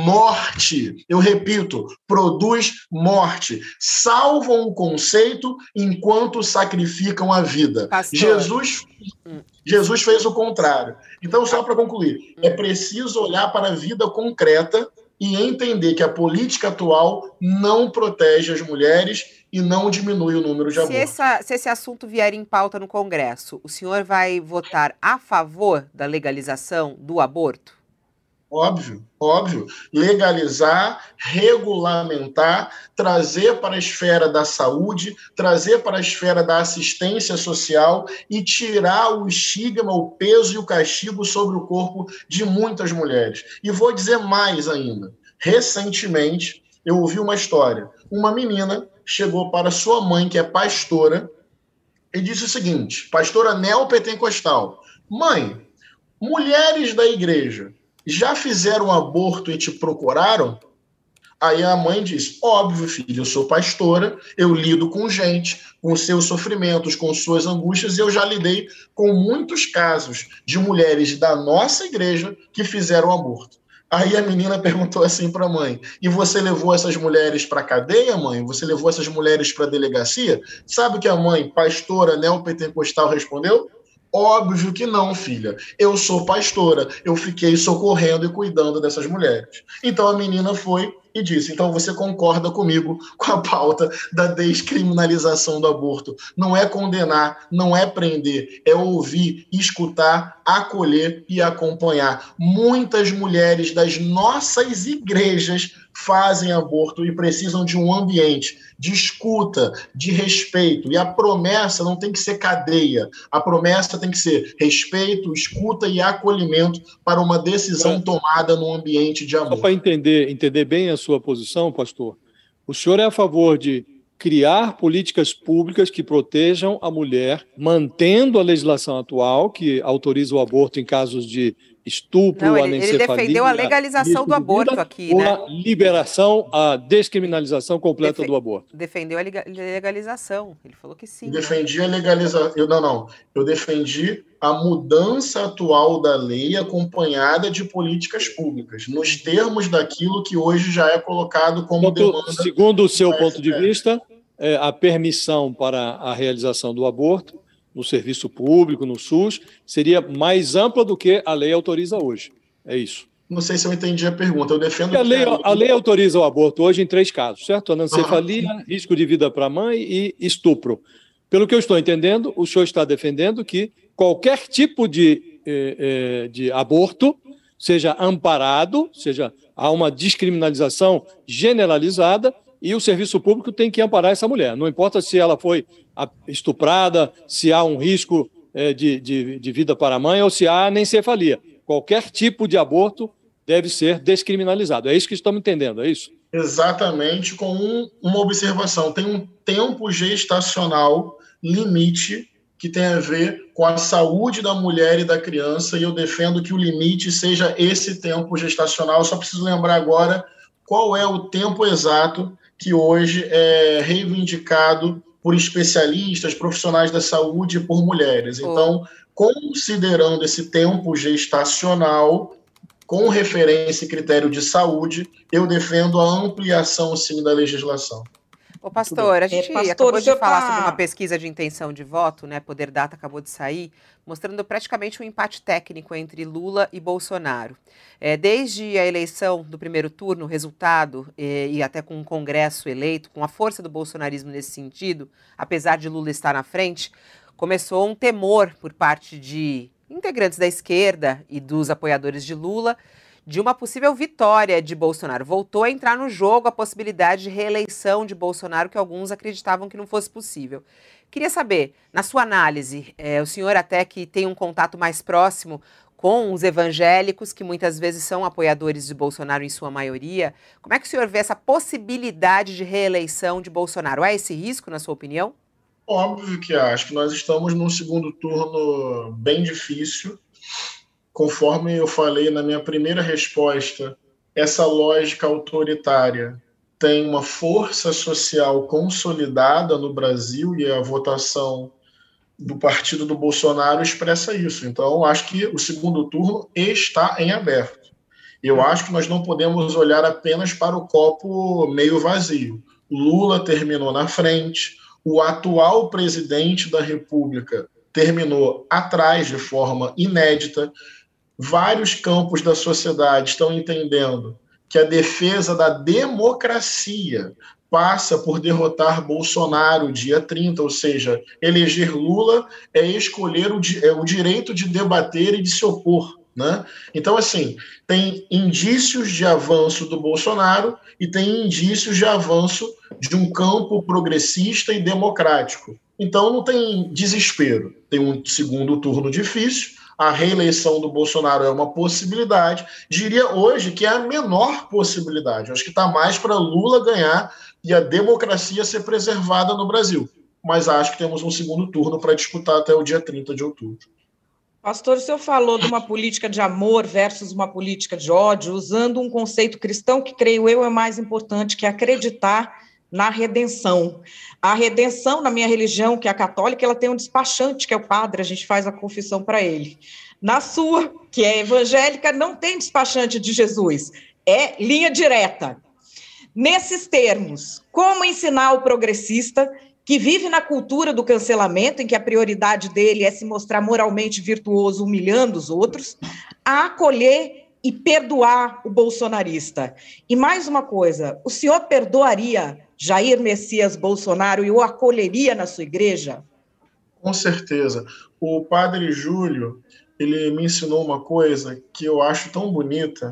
morte. Eu repito, produz morte. Salvam o conceito enquanto sacrificam a vida. Jesus fez o contrário. Então, só para concluir, é preciso olhar para a vida concreta e entender que a política atual não protege as mulheres e não diminui o número de abortos. Se esse assunto vier em pauta no Congresso, o senhor vai votar a favor da legalização do aborto? Óbvio, óbvio. Legalizar, regulamentar, trazer para a esfera da saúde, trazer para a esfera da assistência social e tirar o estigma, o peso e o castigo sobre o corpo de muitas mulheres. E vou dizer mais ainda. Recentemente, eu ouvi uma história. Uma menina chegou para sua mãe, que é pastora, e disse o seguinte, pastora neopentecostal, mãe, mulheres da igreja já fizeram aborto e te procuraram? Aí a mãe diz, óbvio, filho, eu sou pastora, eu lido com gente, com seus sofrimentos, com suas angústias, e eu já lidei com muitos casos de mulheres da nossa igreja que fizeram aborto. Aí a menina perguntou assim para a mãe, e você levou essas mulheres para a cadeia, mãe? Você levou essas mulheres para a delegacia? Sabe o que a mãe, pastora neopentecostal, respondeu? Óbvio que não, filha. Eu sou pastora, eu fiquei socorrendo e cuidando dessas mulheres. Então a menina foi e disse, então você concorda comigo com a pauta da descriminalização do aborto. Não é condenar, não é prender, é ouvir, escutar, acolher e acompanhar. Muitas mulheres das nossas igrejas fazem aborto e precisam de um ambiente de escuta, de respeito. E a promessa não tem que ser cadeia. A promessa tem que ser respeito, escuta e acolhimento para uma decisão tomada num ambiente de amor. Só para entender bem a sua posição, pastor, o senhor é a favor de criar políticas públicas que protejam a mulher, mantendo a legislação atual, que autoriza o aborto em casos de estupro, anencefalia... Ele defendeu a legalização do aborto aqui, né? Ou a liberação, a descriminalização completa do aborto. Defendeu a legalização, ele falou que sim. Defendi a legalização... Eu defendi a mudança atual da lei acompanhada de políticas públicas, nos termos daquilo que hoje já é colocado como demanda... Segundo o seu ponto de vista, a permissão para a realização do aborto no serviço público, no SUS, seria mais ampla do que a lei autoriza hoje. É isso. Não sei se eu entendi a pergunta. Eu defendo a lei autoriza o aborto hoje em 3 casos, certo? Anencefalia, risco de vida para a mãe e estupro. Pelo que eu estou entendendo, o senhor está defendendo que qualquer tipo de aborto seja amparado, seja, há uma descriminalização generalizada e o serviço público tem que amparar essa mulher. Não importa se ela foi estuprada, se há um risco de vida para a mãe ou se há anencefalia. Qualquer tipo de aborto deve ser descriminalizado. É isso que estamos entendendo, é isso? Exatamente, com uma observação. Tem um tempo gestacional limite que tem a ver com a saúde da mulher e da criança, e eu defendo que o limite seja esse tempo gestacional. Eu só preciso lembrar agora qual é o tempo exato que hoje é reivindicado por especialistas, profissionais da saúde e por mulheres. Então, considerando esse tempo gestacional, com referência e critério de saúde, eu defendo a ampliação, sim, da legislação. Ô, pastor, a gente acabou de falar sobre uma pesquisa de intenção de voto, né? Poder Data acabou de sair, mostrando praticamente um empate técnico entre Lula e Bolsonaro. Desde a eleição do primeiro turno, o resultado, e até com o Congresso eleito, com a força do bolsonarismo nesse sentido, apesar de Lula estar na frente, começou um temor por parte de integrantes da esquerda e dos apoiadores de Lula, de uma possível vitória de Bolsonaro. Voltou a entrar no jogo a possibilidade de reeleição de Bolsonaro, que alguns acreditavam que não fosse possível. Queria saber, na sua análise, o senhor até que tem um contato mais próximo com os evangélicos, que muitas vezes são apoiadores de Bolsonaro em sua maioria, como é que o senhor vê essa possibilidade de reeleição de Bolsonaro? Há esse risco, na sua opinião? Óbvio que acho que nós estamos num segundo turno bem difícil. Conforme eu falei na minha primeira resposta, essa lógica autoritária tem uma força social consolidada no Brasil e a votação do partido do Bolsonaro expressa isso. Então, acho que o segundo turno está em aberto. Eu acho que nós não podemos olhar apenas para o copo meio vazio. Lula terminou na frente, o atual presidente da República terminou atrás de forma inédita. Vários campos da sociedade estão entendendo que a defesa da democracia passa por derrotar Bolsonaro dia 30, ou seja, eleger Lula é escolher o direito de debater e de se opor, né? Então, assim, tem indícios de avanço do Bolsonaro e tem indícios de avanço de um campo progressista e democrático. Então, não tem desespero. Tem um segundo turno difícil. A reeleição do Bolsonaro é uma possibilidade. Diria hoje que é a menor possibilidade. Acho que está mais para Lula ganhar e a democracia ser preservada no Brasil. Mas acho que temos um segundo turno para disputar até o dia 30 de outubro. Pastor, o senhor falou de uma política de amor versus uma política de ódio, usando um conceito cristão que, creio eu, é mais importante, que é acreditar na redenção. A redenção, na minha religião, que é a católica, ela tem um despachante, que é o padre, a gente faz a confissão para ele. Na sua, que é evangélica, não tem despachante de Jesus, é linha direta. Nesses termos, como ensinar o progressista que vive na cultura do cancelamento, em que a prioridade dele é se mostrar moralmente virtuoso, humilhando os outros, a acolher e perdoar o bolsonarista. E mais uma coisa, o senhor perdoaria Jair Messias Bolsonaro e o acolheria na sua igreja? Com certeza. O padre Júlio, ele me ensinou uma coisa que eu acho tão bonita.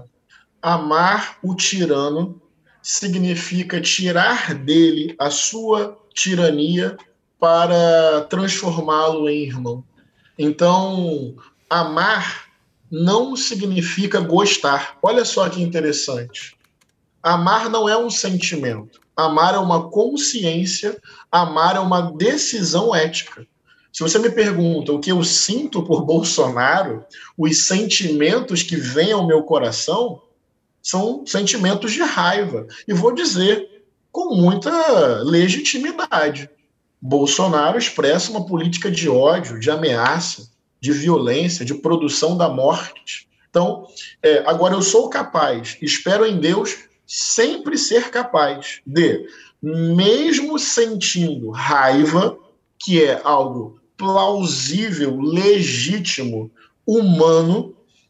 Amar o tirano significa tirar dele a sua tirania para transformá-lo em irmão. Então, amar não significa gostar. Olha só que interessante. Amar não é um sentimento. Amar é uma consciência, amar é uma decisão ética. Se você me pergunta o que eu sinto por Bolsonaro, os sentimentos que vêm ao meu coração são sentimentos de raiva. E vou dizer com muita legitimidade. Bolsonaro expressa uma política de ódio, de ameaça, de violência, de produção da morte. Então, agora eu sou capaz, espero em Deus sempre ser capaz de, mesmo sentindo raiva, que é algo plausível, legítimo, humano,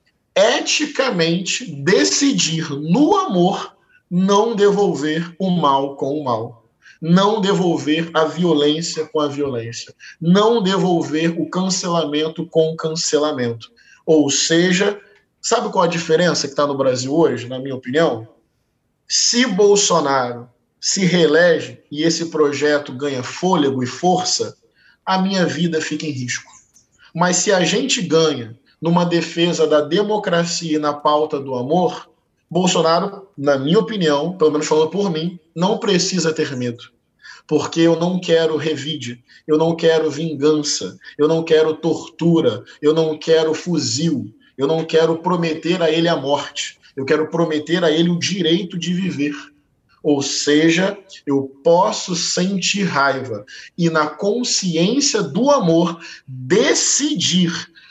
eticamente decidir no amor não devolver o mal com o mal, não devolver a violência com a violência, não devolver o cancelamento com o cancelamento. Ou seja, sabe qual a diferença que está no Brasil hoje, na minha opinião? Se Bolsonaro se reelege e esse projeto ganha fôlego e força, a minha vida fica em risco. Mas se a gente ganha numa defesa da democracia e na pauta do amor, Bolsonaro, na minha opinião, pelo menos falando por mim, não precisa ter medo. Porque eu não quero revide, eu não quero vingança, eu não quero tortura, eu não quero fuzil, eu não quero prometer a ele a morte, eu quero prometer a ele o direito de viver. Ou seja, eu posso sentir raiva e, na consciência do amor, decidir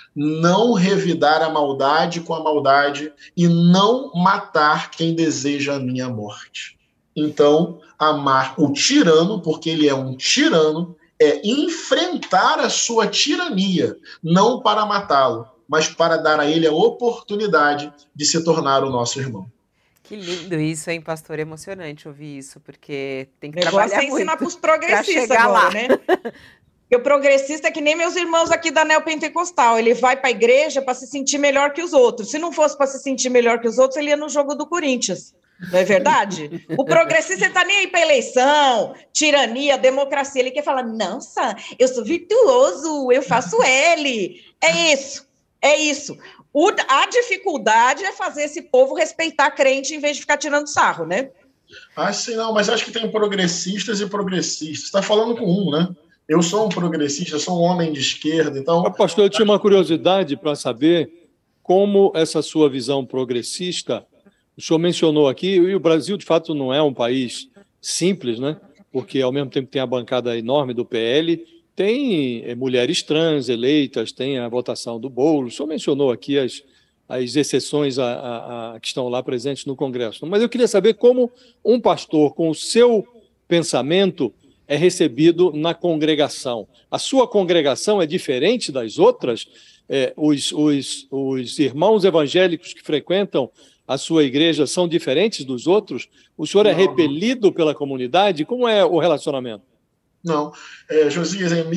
não revidar a maldade com a maldade e não matar quem deseja a minha morte. Então, amar o tirano, porque ele é um tirano, é enfrentar a sua tirania, não para matá-lo, mas para dar a ele a oportunidade de se tornar o nosso irmão. Que lindo isso, hein, pastor? Emocionante ouvir isso, porque tem que trabalhar muito. O negócio é ensinar para os progressistas agora, né? Porque o progressista é que nem meus irmãos aqui da Neopentecostal. Ele vai para a igreja para se sentir melhor que os outros. Se não fosse para se sentir melhor que os outros, ele ia no jogo do Corinthians. Não é verdade? O progressista está nem aí para eleição, tirania, democracia. Ele quer falar, nossa, eu sou virtuoso, eu faço L. É isso, é isso. A dificuldade é fazer esse povo respeitar crente em vez de ficar tirando sarro, né? Sim, não, mas acho que tem progressistas e progressistas. Você está falando com um, né? Eu sou um progressista, eu sou um homem de esquerda, então... Pastor, eu tinha uma curiosidade para saber como essa sua visão progressista, o senhor mencionou aqui, e o Brasil, de fato, não é um país simples, né? Porque, ao mesmo tempo, tem a bancada enorme do PL, tem mulheres trans eleitas, tem a votação do Boulos. O senhor mencionou aqui as exceções que estão lá presentes no Congresso. Mas eu queria saber como um pastor com o seu pensamento é recebido na congregação. A sua congregação é diferente das outras? Os irmãos evangélicos que frequentam a sua igreja são diferentes dos outros? O senhor é repelido pela comunidade? Como é o relacionamento? Não. Josias, em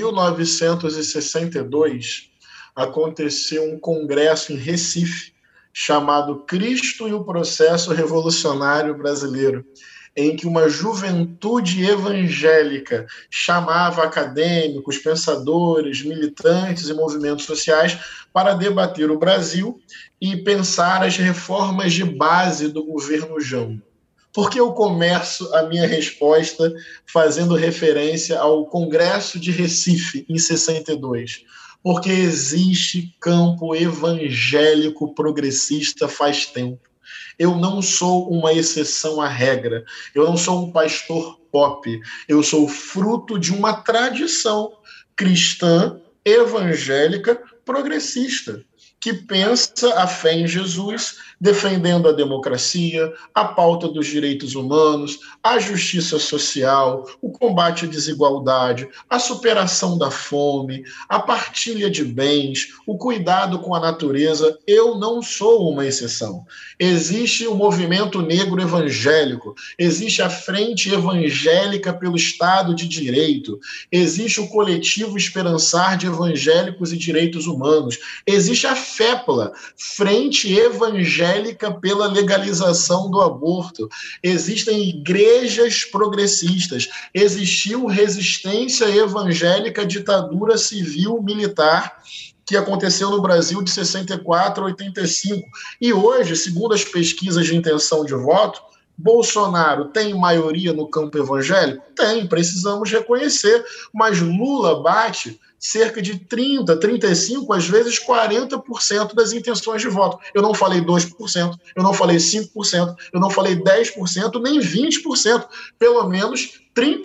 1962, aconteceu um congresso em Recife chamado Cristo e o Processo Revolucionário Brasileiro, em que uma juventude evangélica chamava acadêmicos, pensadores, militantes e movimentos sociais para debater o Brasil e pensar as reformas de base do governo Jango. Por que eu começo a minha resposta fazendo referência ao Congresso de Recife, em 62? Porque existe campo evangélico progressista faz tempo. Eu não sou uma exceção à regra. Eu não sou um pastor pop. Eu sou fruto de uma tradição cristã, evangélica, progressista. que pensa a fé em Jesus, defendendo a democracia, a pauta dos direitos humanos, a justiça social, o combate à desigualdade, a superação da fome, a partilha de bens, o cuidado com a natureza. Eu não sou uma exceção. Existe o movimento negro evangélico, existe a Frente Evangélica pelo Estado de Direito, existe o Coletivo Esperançar de Evangélicos e Direitos Humanos, existe a FEPLA, Frente Evangélica pela Legalização do Aborto, existem igrejas progressistas, existiu Resistência Evangélica à Ditadura Civil Militar, que aconteceu no Brasil de 64 a 85. E hoje, segundo as pesquisas de intenção de voto, Bolsonaro tem maioria no campo evangélico? Tem, precisamos reconhecer, mas Lula bate cerca de 30%, 35%, às vezes 40% das intenções de voto. Eu não falei 2%, eu não falei 5%, eu não falei 10%, nem 20%. Pelo menos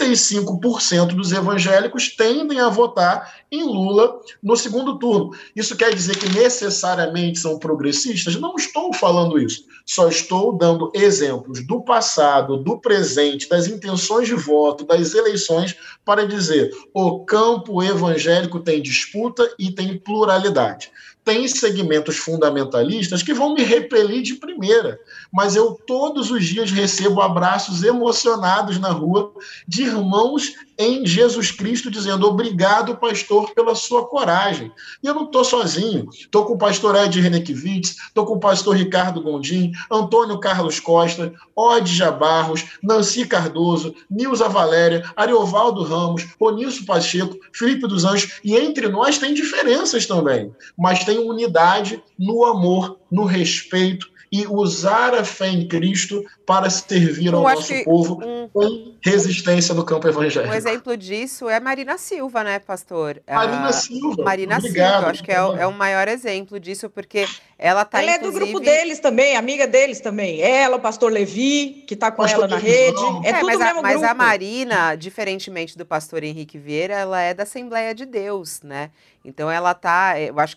35% dos evangélicos tendem a votar em Lula no segundo turno. Isso quer dizer que necessariamente são progressistas? Não estou falando isso. Só estou dando exemplos do passado, do presente, das intenções de voto, das eleições, para dizer o campo evangélico tem disputa e tem pluralidade. Tem segmentos fundamentalistas que vão me repelir de primeira, mas eu todos os dias recebo abraços emocionados na rua de irmãos em Jesus Cristo dizendo obrigado, pastor, pela sua coragem. E eu não estou sozinho, estou com o pastor Ed Renekiewicz, estou com o pastor Ricardo Gondim, Antônio Carlos Costa, Odja Barros, Nancy Cardoso, Nilza Valéria, Ariovaldo Ramos, Onílcio Pacheco, Felipe dos Anjos, e entre nós tem diferenças também, mas tem unidade no amor, no respeito, e usar a fé em Cristo para servir ao nosso povo com resistência no campo evangélico. Um exemplo disso é Marina Silva, né, pastor? Marina Silva. Marina Silva, eu acho que é o maior exemplo disso, porque ela está, ela inclusive... é do grupo deles também, amiga deles também. Ela, o pastor Levi, que está com ela na rede. É tudo o mesmo grupo. Mas a Marina, diferentemente do pastor Henrique Vieira, ela é da Assembleia de Deus, né? Então ela tá... Eu acho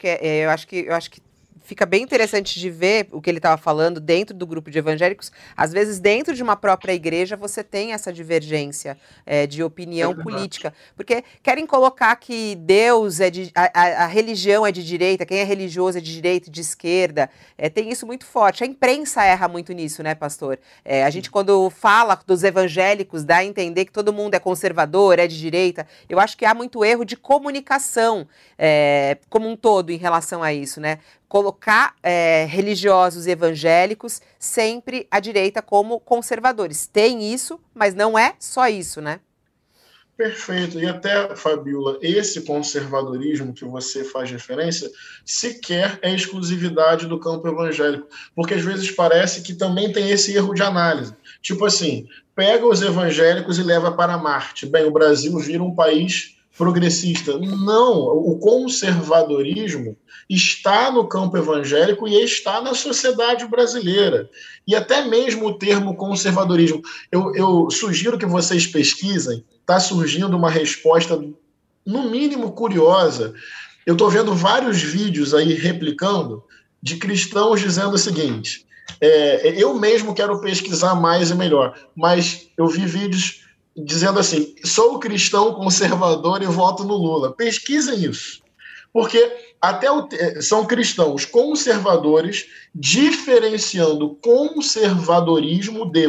que fica bem interessante de ver o que ele estava falando dentro do grupo de evangélicos. Às vezes, dentro de uma própria igreja, você tem essa divergência de opinião política. Porque querem colocar que Deus é a religião é de direita, quem é religioso é de direita e de esquerda. Tem isso muito forte. A imprensa erra muito nisso, né, pastor? A gente, quando fala dos evangélicos, dá a entender que todo mundo é conservador, é de direita. Eu acho que há muito erro de comunicação como um todo em relação a isso, né? Colocar religiosos evangélicos sempre à direita como conservadores. Tem isso, mas não é só isso, né? Perfeito. E até, Fabiola, esse conservadorismo que você faz referência sequer é exclusividade do campo evangélico, porque às vezes parece que também tem esse erro de análise. Tipo assim, pega os evangélicos e leva para Marte. Bem, o Brasil vira um país progressista. Não, o conservadorismo está no campo evangélico e está na sociedade brasileira. E até mesmo o termo conservadorismo, eu sugiro que vocês pesquisem, está surgindo uma resposta, no mínimo, curiosa. Eu estou vendo vários vídeos aí replicando de cristãos dizendo o seguinte, eu mesmo quero pesquisar mais e melhor, mas eu vi vídeos dizendo assim, sou cristão conservador e voto no Lula. Pesquisem isso. Porque até são cristãos conservadores diferenciando conservadorismo de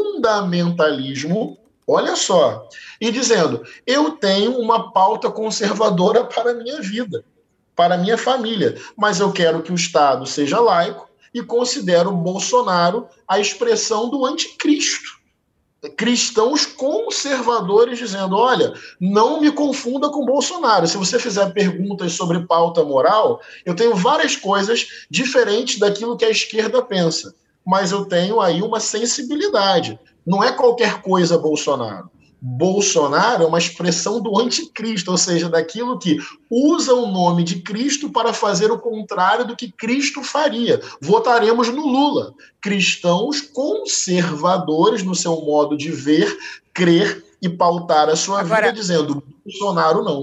fundamentalismo, olha só, e dizendo, eu tenho uma pauta conservadora para a minha vida, para a minha família, mas eu quero que o Estado seja laico e considero o Bolsonaro a expressão do anticristo. Cristãos conservadores dizendo, olha, não me confunda com Bolsonaro. Se você fizer perguntas sobre pauta moral, eu tenho várias coisas diferentes daquilo que a esquerda pensa, mas eu tenho aí uma sensibilidade. Não é qualquer coisa Bolsonaro. Bolsonaro é uma expressão do anticristo, ou seja, daquilo que usa o nome de Cristo para fazer o contrário do que Cristo faria. Votaremos no Lula. Cristãos conservadores no seu modo de ver, crer e pautar a sua vida, dizendo Bolsonaro não.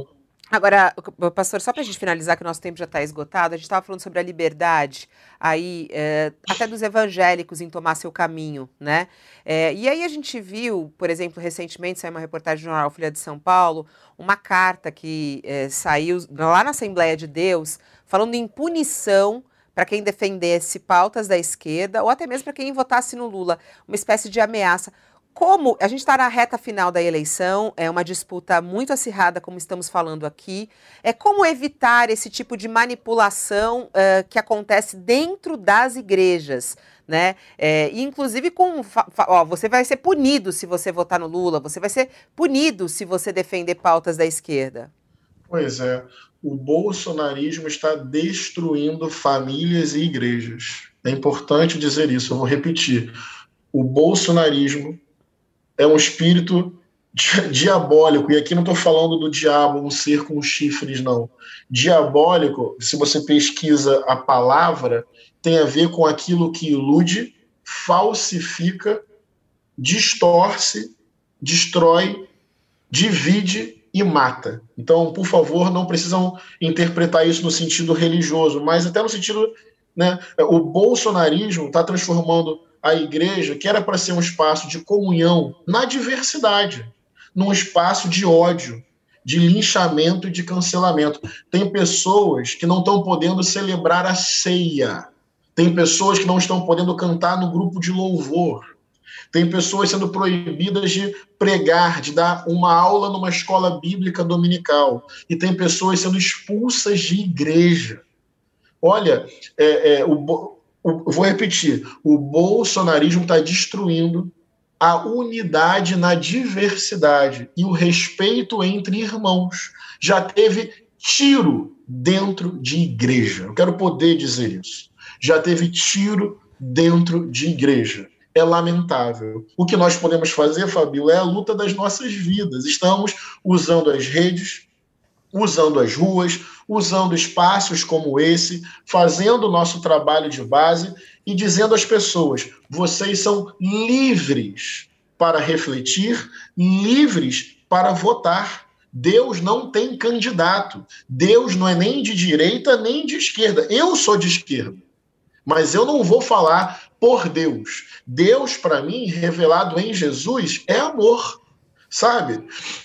Agora, pastor, só para a gente finalizar, que o nosso tempo já está esgotado, a gente estava falando sobre a liberdade aí, até dos evangélicos em tomar seu caminho, né? E aí a gente viu, por exemplo, recentemente saiu uma reportagem no jornal Folha de São Paulo, uma carta que saiu lá na Assembleia de Deus, falando em punição para quem defendesse pautas da esquerda, ou até mesmo para quem votasse no Lula, uma espécie de ameaça. Como a gente está na reta final da eleição, é uma disputa muito acirrada, como estamos falando aqui, como evitar esse tipo de manipulação que acontece dentro das igrejas, né? E inclusive você vai ser punido se você votar no Lula, você vai ser punido se você defender pautas da esquerda. Pois é, o bolsonarismo está destruindo famílias e igrejas. É importante dizer isso, eu vou repetir. O bolsonarismo é um espírito diabólico, e aqui não estou falando do diabo, um ser com chifres, não. Diabólico, se você pesquisa a palavra, tem a ver com aquilo que ilude, falsifica, distorce, destrói, divide e mata. Então, por favor, não precisam interpretar isso no sentido religioso, mas até no sentido, né, o bolsonarismo está transformando a igreja, que era para ser um espaço de comunhão, na diversidade, num espaço de ódio, de linchamento e de cancelamento. Tem pessoas que não estão podendo celebrar a ceia, tem pessoas que não estão podendo cantar no grupo de louvor, tem pessoas sendo proibidas de pregar, de dar uma aula numa escola bíblica dominical, e tem pessoas sendo expulsas de igreja. Olha, vou repetir, o bolsonarismo está destruindo a unidade na diversidade e o respeito entre irmãos. Já teve tiro dentro de igreja. Eu quero poder dizer isso. Já teve tiro dentro de igreja. É lamentável. O que nós podemos fazer, Fabíola, é a luta das nossas vidas. Estamos usando as redes, usando as ruas, usando espaços como esse, fazendo o nosso trabalho de base e dizendo às pessoas: vocês são livres para refletir, livres para votar. Deus não tem candidato. Deus não é nem de direita nem de esquerda. Eu sou de esquerda, mas eu não vou falar por Deus. Deus, para mim, revelado em Jesus, é amor, sabe?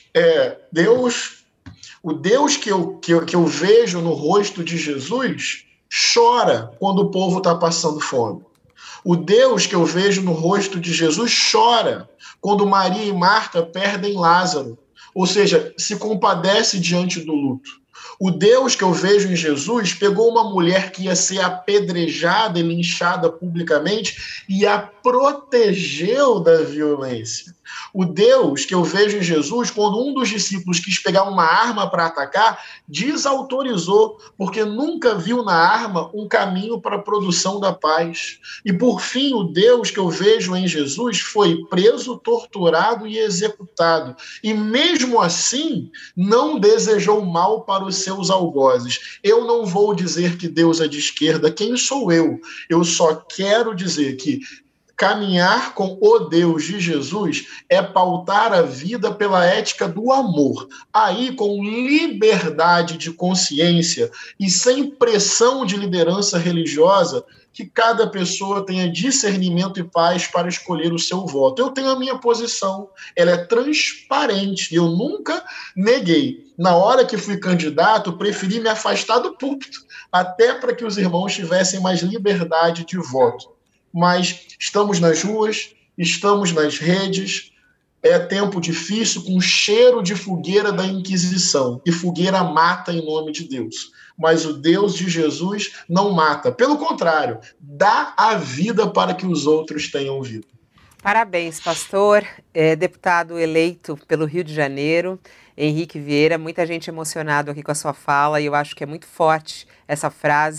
O Deus que eu vejo no rosto de Jesus chora quando o povo está passando fome. O Deus que eu vejo no rosto de Jesus chora quando Maria e Marta perdem Lázaro. Ou seja, se compadece diante do luto. O Deus que eu vejo em Jesus pegou uma mulher que ia ser apedrejada e linchada publicamente e a protegeu da violência. O Deus que eu vejo em Jesus, quando um dos discípulos quis pegar uma arma para atacar, desautorizou, porque nunca viu na arma um caminho para a produção da paz. E por fim, o Deus que eu vejo em Jesus foi preso, torturado e executado. E mesmo assim, não desejou mal para os seus algozes. Eu não vou dizer que Deus é de esquerda. Quem sou eu? Eu só quero dizer que caminhar com o Deus de Jesus é pautar a vida pela ética do amor. Aí, com liberdade de consciência e sem pressão de liderança religiosa, que cada pessoa tenha discernimento e paz para escolher o seu voto. Eu tenho a minha posição, ela é transparente, eu nunca neguei. Na hora que fui candidato, preferi me afastar do púlpito, até para que os irmãos tivessem mais liberdade de voto. Mas estamos nas ruas, estamos nas redes, é tempo difícil, com cheiro de fogueira da Inquisição. E fogueira mata em nome de Deus. Mas o Deus de Jesus não mata. Pelo contrário, dá a vida para que os outros tenham vida. Parabéns, pastor, deputado eleito pelo Rio de Janeiro, Henrique Vieira. Muita gente emocionado aqui com a sua fala e eu acho que é muito forte essa frase,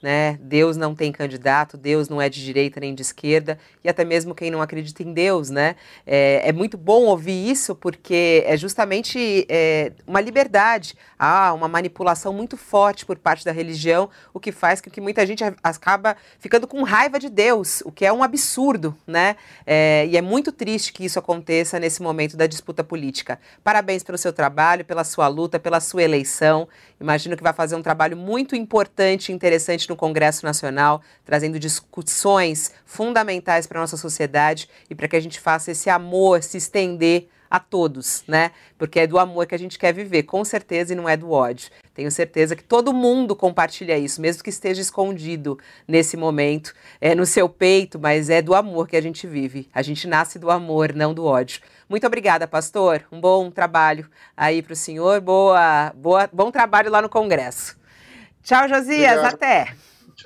né? Deus não tem candidato, Deus não é de direita nem de esquerda, e até mesmo quem não acredita em Deus, né? É muito bom ouvir isso, porque é justamente uma liberdade, uma manipulação muito forte por parte da religião, o que faz com que muita gente acaba ficando com raiva de Deus, o que é um absurdo, né? E é muito triste que isso aconteça nesse momento da disputa política. Parabéns pelo seu trabalho, pela sua luta, pela sua eleição. Imagino que vai fazer um trabalho muito importante e interessante no Congresso Nacional, trazendo discussões fundamentais para a nossa sociedade e para que a gente faça esse amor se estender a todos, né? Porque é do amor que a gente quer viver, com certeza, e não é do ódio. Tenho certeza que todo mundo compartilha isso, mesmo que esteja escondido nesse momento, no seu peito, mas é do amor que a gente vive. A gente nasce do amor, não do ódio. Muito obrigada, pastor. Um bom trabalho aí para o senhor. Bom trabalho lá no Congresso. Tchau, Josias. Obrigado. Até.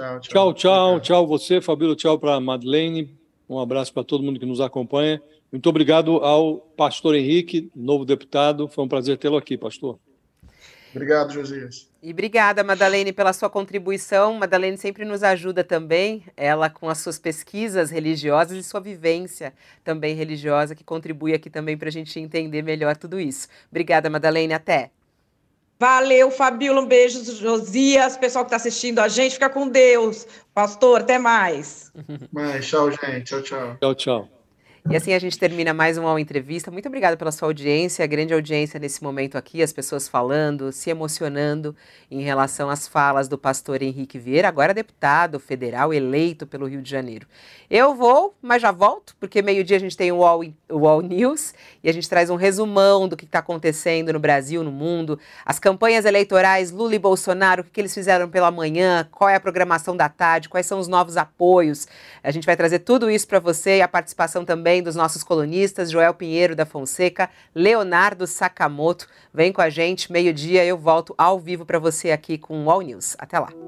Tchau você, Fabíola. Tchau para a Madeleine. Um abraço para todo mundo que nos acompanha. Muito obrigado ao pastor Henrique, novo deputado. Foi um prazer tê-lo aqui, pastor. Obrigado, Josias. E obrigada, Madeleine, pela sua contribuição. Madeleine sempre nos ajuda também, ela com as suas pesquisas religiosas e sua vivência também religiosa, que contribui aqui também para a gente entender melhor tudo isso. Obrigada, Madeleine. Até. Valeu, Fabíola. Um beijo, Josias. Pessoal que está assistindo a gente, fica com Deus. Pastor, até mais. Tchau, gente. Tchau. Tchau. E assim a gente termina mais uma entrevista. Muito obrigada pela sua audiência, a grande audiência nesse momento aqui, as pessoas falando, se emocionando em relação às falas do pastor Henrique Vieira, agora deputado federal eleito pelo Rio de Janeiro. Eu vou, mas já volto, porque meio-dia a gente tem o UOL News e a gente traz um resumão do que está acontecendo no Brasil, no mundo, as campanhas eleitorais, Lula e Bolsonaro, o que eles fizeram pela manhã, qual é a programação da tarde, quais são os novos apoios. A gente vai trazer tudo isso para você e a participação também dos nossos colunistas, Joel Pinheiro da Fonseca, Leonardo Sakamoto. Vem com a gente, meio-dia eu volto ao vivo para você aqui com o UOL News. Até lá.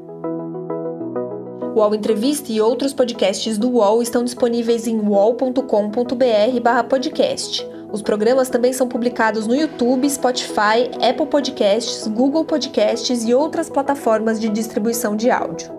O UOL Entrevista e outros podcasts do UOL estão disponíveis em uol.com.br/podcast. Os programas também são publicados no YouTube, Spotify, Apple Podcasts, Google Podcasts e outras plataformas de distribuição de áudio.